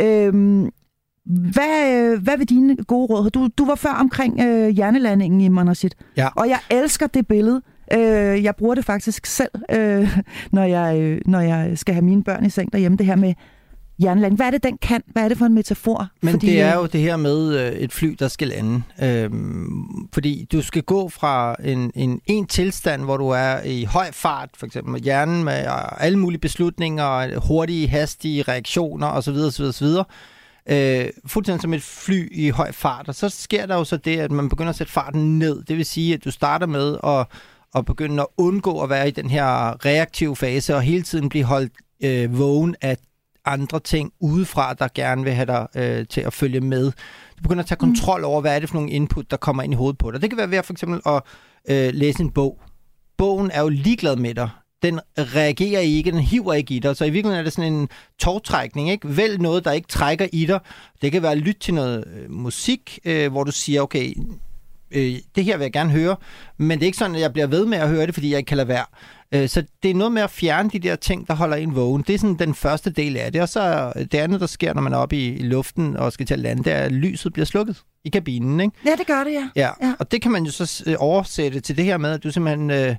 Hvad vil dine gode råd? Du var før omkring hjernelandingen i Manashit, og jeg elsker det billede. Jeg bruger det faktisk selv, når jeg skal have mine børn i seng derhjemme, det her med hjernelanding. Hvad er det, den kan? Hvad er det for en metafor? Men det er jo det her med et fly, der skal lande. Fordi du skal gå fra en tilstand, hvor du er i høj fart, for eksempel med hjernen, med alle mulige beslutninger, hurtige, hastige reaktioner osv. Fuldstændig som et fly i høj fart. Og så sker der jo så det, at man begynder at sætte farten ned. Det vil sige, at du starter med at begynde at undgå at være i den her reaktive fase, og hele tiden blive holdt vågen af andre ting udefra, der gerne vil have dig til at følge med. Du begynder at tage kontrol over, hvad er det for nogle input, der kommer ind i hovedet på dig. Det kan være ved at for eksempel at læse en bog. Bogen er jo ligeglad med dig. Den reagerer ikke, den hiver ikke i dig. Så i virkeligheden er det sådan en tovtrækning, ikke? Vælg noget, der ikke trækker i dig. Det kan være at lytte til noget musik, hvor du siger, okay, det her vil jeg gerne høre, men det er ikke sådan, at jeg bliver ved med at høre det, fordi jeg ikke kan lade være. Så det er noget med at fjerne de der ting, der holder en vågen. Det er sådan den første del af det. Og så det andet, der sker, når man er oppe i luften og skal til at lande, det er, at lyset bliver slukket i kabinen, ikke? Ja, det gør det, ja. Og det kan man jo så oversætte til det her med, at du simpelthen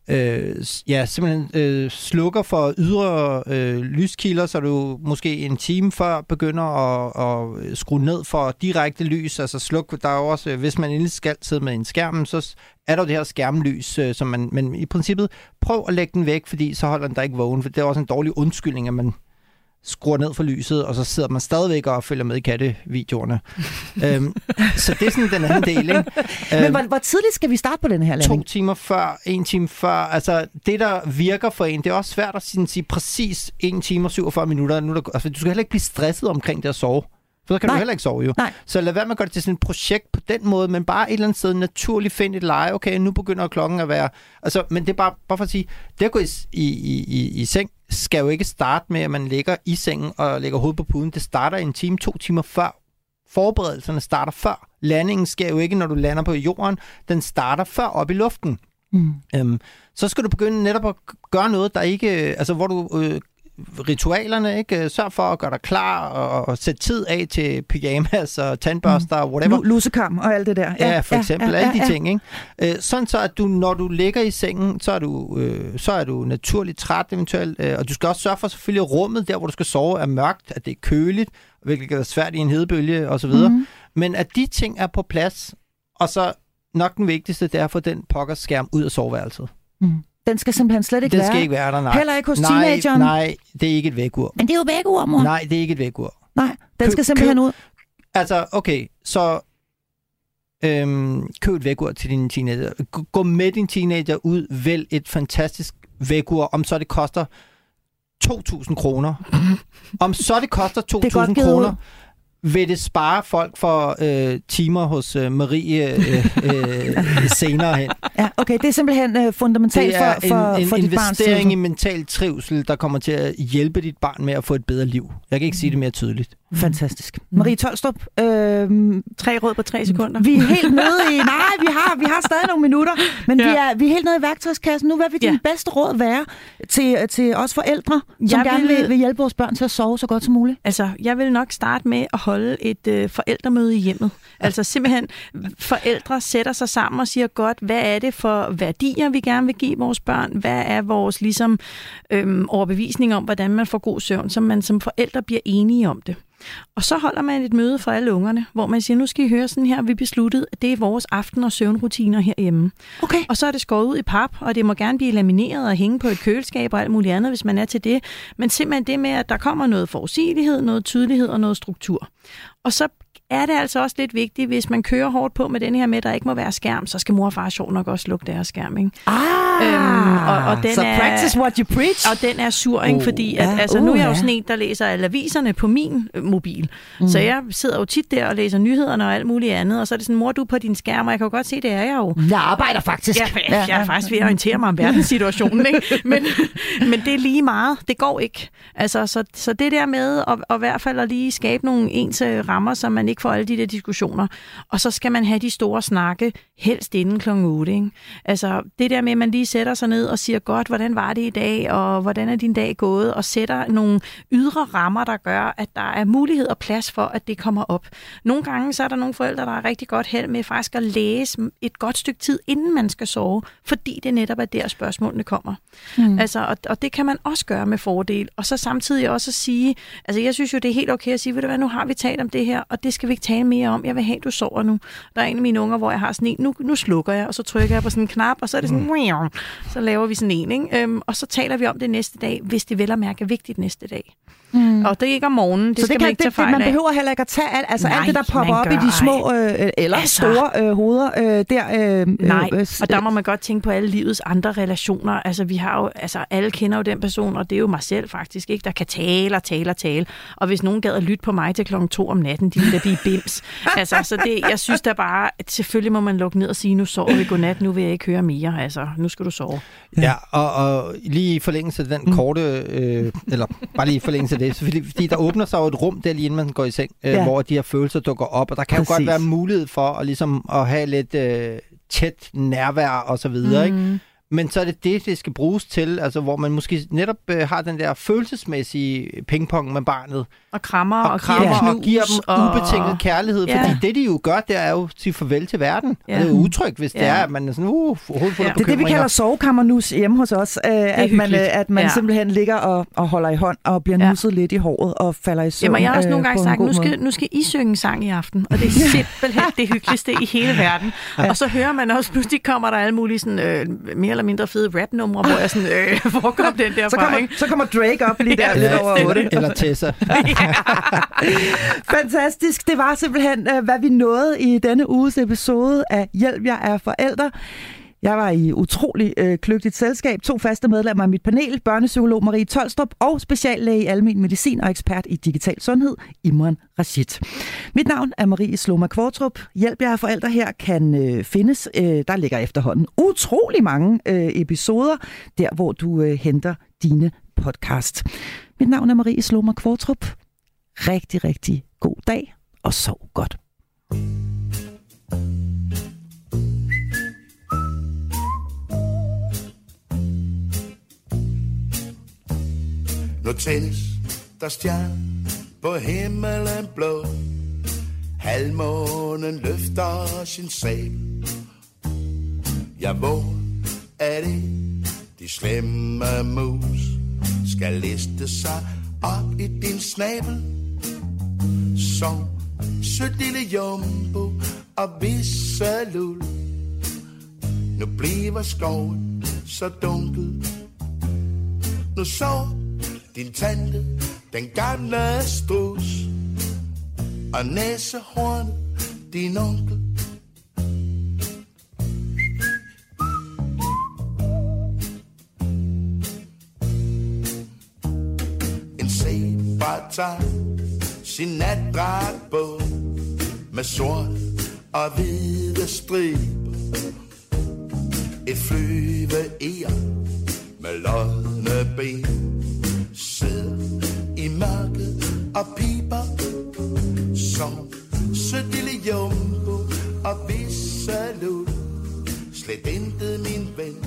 slukker for ydre lyskilder, så du måske en time før begynder at skrue ned for direkte lys, altså sluk. Der er jo også, hvis man endelig skal sidde med en skærm, så er der jo det her skærmlys, som men i princippet prøv at lægge den væk, fordi så holder den dig ikke vågen, for det er også en dårlig undskyldning, at skruer ned for lyset, og så sidder man stadigvæk og følger med i kattevideoerne. Så det er sådan den anden del, ikke? Men hvor tidligt skal vi starte på den her landing? 2 timer før, 1 time før. Altså, det, der virker for en, det er også svært at sige præcis 1 time og 47 minutter. Nu altså, du skal heller ikke blive stresset omkring det at sove. For så kan du heller ikke sove, jo. Nej. Så lad være med at gøre det til sådan et projekt på den måde, men bare et eller andet sted naturligt finde et leje. Okay, nu begynder klokken at være... Altså, men det er bare for at sige, det at gå i seng skal jo ikke starte med, at man ligger i sengen og lægger hovedet på puden. Det starter 1 time, 2 timer før. Forberedelserne starter før. Landingen sker jo ikke, når du lander på jorden. Den starter før op i luften. Så skal du begynde netop at gøre noget, der ikke... Altså, hvor du... ritualerne, ikke? Sørg for at gøre dig klar og sætte tid af til pyjamas og tandbørster og whatever. Lusekam og alt det der. Ja, for eksempel. Alle de ting, ikke? Sådan så, at du, når du ligger i sengen, så er du naturligt træt eventuelt. Og du skal også sørge for selvfølgelig, at rummet der, hvor du skal sove, er mørkt, at det er køligt, hvilket kan være svært i en hedebølge osv. Men at de ting er på plads, og så nok den vigtigste, det er at få den pokkers skærm ud af soveværelset. Den skal simpelthen slet ikke være. Den skal ikke være der, nej. Heller ikke hos teenageren? Nej, det er ikke et vækkeur. Men det er jo vækkeur, mor. Nej, det er ikke et vækkeur. Nej, den skal simpelthen ud. Altså, okay, så køb et vækkeur til dine teenager. Gå med din teenager ud, vælg et fantastisk vækkeur, om så det koster 2.000 kroner. Om så det koster 2.000 kroner, vil det spare folk for timer hos Marie senere hen. Ja, okay, det er simpelthen fundamentalt for dit barns trivsel. Det er en investering i mental trivsel, der kommer til at hjælpe dit barn med at få et bedre liv. Jeg kan ikke sige det mere tydeligt. Fantastisk. Marie Tolstrup. 3 råd på 3 sekunder. Vi er helt nede i... Nej, vi har stadig nogle minutter, men vi er helt nede i værktøjskassen. Nu, hvad vil din bedste råd være til os forældre, som gerne vil hjælpe vores børn til at sove så godt som muligt? Altså, jeg vil nok starte med at holde et forældremøde i hjemmet. Altså simpelthen, forældre sætter sig sammen og siger godt, hvad er det for værdier, vi gerne vil give vores børn? Hvad er vores ligesom overbevisning om, hvordan man får god søvn, så man som forældre bliver enige om det. Og så holder man et møde for alle ungerne, hvor man siger, nu skal I høre sådan her, vi besluttede, at det er vores aften- og søvnrutiner herhjemme. Okay. Og så er det skåret ud i pap, og det må gerne blive lamineret og hænge på et køleskab og alt muligt andet, hvis man er til det. Men simpelthen det med, at der kommer noget forudsigelighed, noget tydelighed og noget struktur. Og så er det altså også lidt vigtigt, hvis man kører hårdt på med den her med, at der ikke må være skærm, så skal mor og far sjov nok også lukke deres skærm, ikke? Og den practice what you preach. Og den er sur, ikke? Fordi at, nu er jeg jo sådan en, der læser alle aviserne på min mobil. Så jeg sidder jo tit der og læser nyhederne og alt muligt andet, og så er det sådan, mor, du er på din skærm, og jeg kan jo godt se, det er jeg jo. Jeg arbejder faktisk. Jeg er faktisk ved at orientere mig om verdenssituationen, ikke? Men det er lige meget. Det går ikke. Altså, så det der med at i hvert fald at lige skabe nogle ens rammer, så man ikke får alle de der diskussioner. Og så skal man have de store snakke, helst inden kl. 8. Ikke? Altså, det der med, at man lige sætter sig ned og siger, godt, hvordan var det i dag, og hvordan er din dag gået, og sætter nogle ydre rammer, der gør, at der er mulighed og plads for, at det kommer op. Nogle gange så er der nogle forældre, der er rigtig godt held med faktisk at læse et godt stykke tid, inden man skal sove, fordi det netop er der, spørgsmålene kommer. Altså, og det kan man også gøre med fordel. Og så samtidig også at sige, altså jeg synes jo, det er helt okay at sige, ved du hvad, nu har vi talt om det her, og det skal vi ikke tale mere om. Jeg vil have, du sover nu. Der er en af mine unger, hvor jeg har sådan en, nu slukker jeg, og så trykker jeg på sådan en knap, og så er det sådan, så laver vi sådan en, ikke? Og så taler vi om det næste dag, hvis det vel at mærke er vigtigt næste dag. Og det er ikke om morgenen, det skal man ikke tage fejl af. Man behøver heller ikke at tage alt det, der popper op i de små eller store hoveder der. Nej, og der må man godt tænke på alle livets andre relationer. Altså vi har jo, alle kender jo den person, og det er jo mig selv faktisk, ikke, der kan tale. Og hvis nogen gad at lytte på mig til 2:00 om natten, de vil da blive bims. Altså, så det, jeg synes da bare, at selvfølgelig må man lukke ned og sige, nu sover vi godnat, nu vil jeg ikke høre mere. Altså, nu skal du sove. Ja, og lige i forlængelse af den korte, eller bare lige i forlængelse af det, fordi der åbner sig jo et rum der lige inden man går i seng, hvor de her følelser dukker op, og der kan jo godt være mulighed for at, ligesom, at have lidt tæt nærvær og så videre, ikke? Men så er det skal bruges til, altså hvor man måske netop har den der følelsesmæssige pingpong med barnet. Og krammer og giver dem ubetinget kærlighed, fordi det de jo gør, det er jo at sige farvel til verden. Ja. Det er jo utrygt, hvis det er, at man er sådan, det er det, vi kalder sovekammernuss hjemme hos os, at man simpelthen ligger og holder i hånd og bliver nusset lidt i håret og falder i søvn. Jamen, jeg har også nogle gange sagt, nu skal I synge en sang i aften, og det er simpelthen det hyggeligste i hele verden. Og så hører man også, pludselig kommer der alle mulige sådan, mere eller mindre fede rap-numre, hvor jeg sådan, hvor kom den der fra, ikke? Så kommer Drake op lige der, lidt over 8. Eller Tessa. Fantastisk. Det var simpelthen, hvad vi nåede i denne uges episode af Hjælp, jeg er forælder. Jeg var i utrolig kløgtigt selskab. 2 faste medlemmer af mit panel, børnepsykolog Marie Tolstrup og speciallæge i almen medicin og ekspert i digital sundhed, Imran Rashid. Mit navn er Marie Sloma Kvartrup. Hjælp, jeg er forælder her kan findes. Der ligger efterhånden utrolig mange episoder, der hvor du henter dine podcast. Mit navn er Marie Sloma Kvartrup. Rigtig, rigtig god dag, og sov godt. Nu tændes der stjerne på himmelen blå. Halvmånen løfter sin sabel. Jeg våger af det, de slemme mus skal liste sig op i din snabel. Sov, sødt lille jumbo og visselul. Nu bliver skoven så dunkel. Nu sov din tante, den gamle strus, og næsehornet, din onkel. En zebra tager sin natdragt på, med sort og hvide striber. Et flyveegern med lodne ben sidder i mørket og piber. Som sødt lille jumbo og visselud. Slet intet, min ven,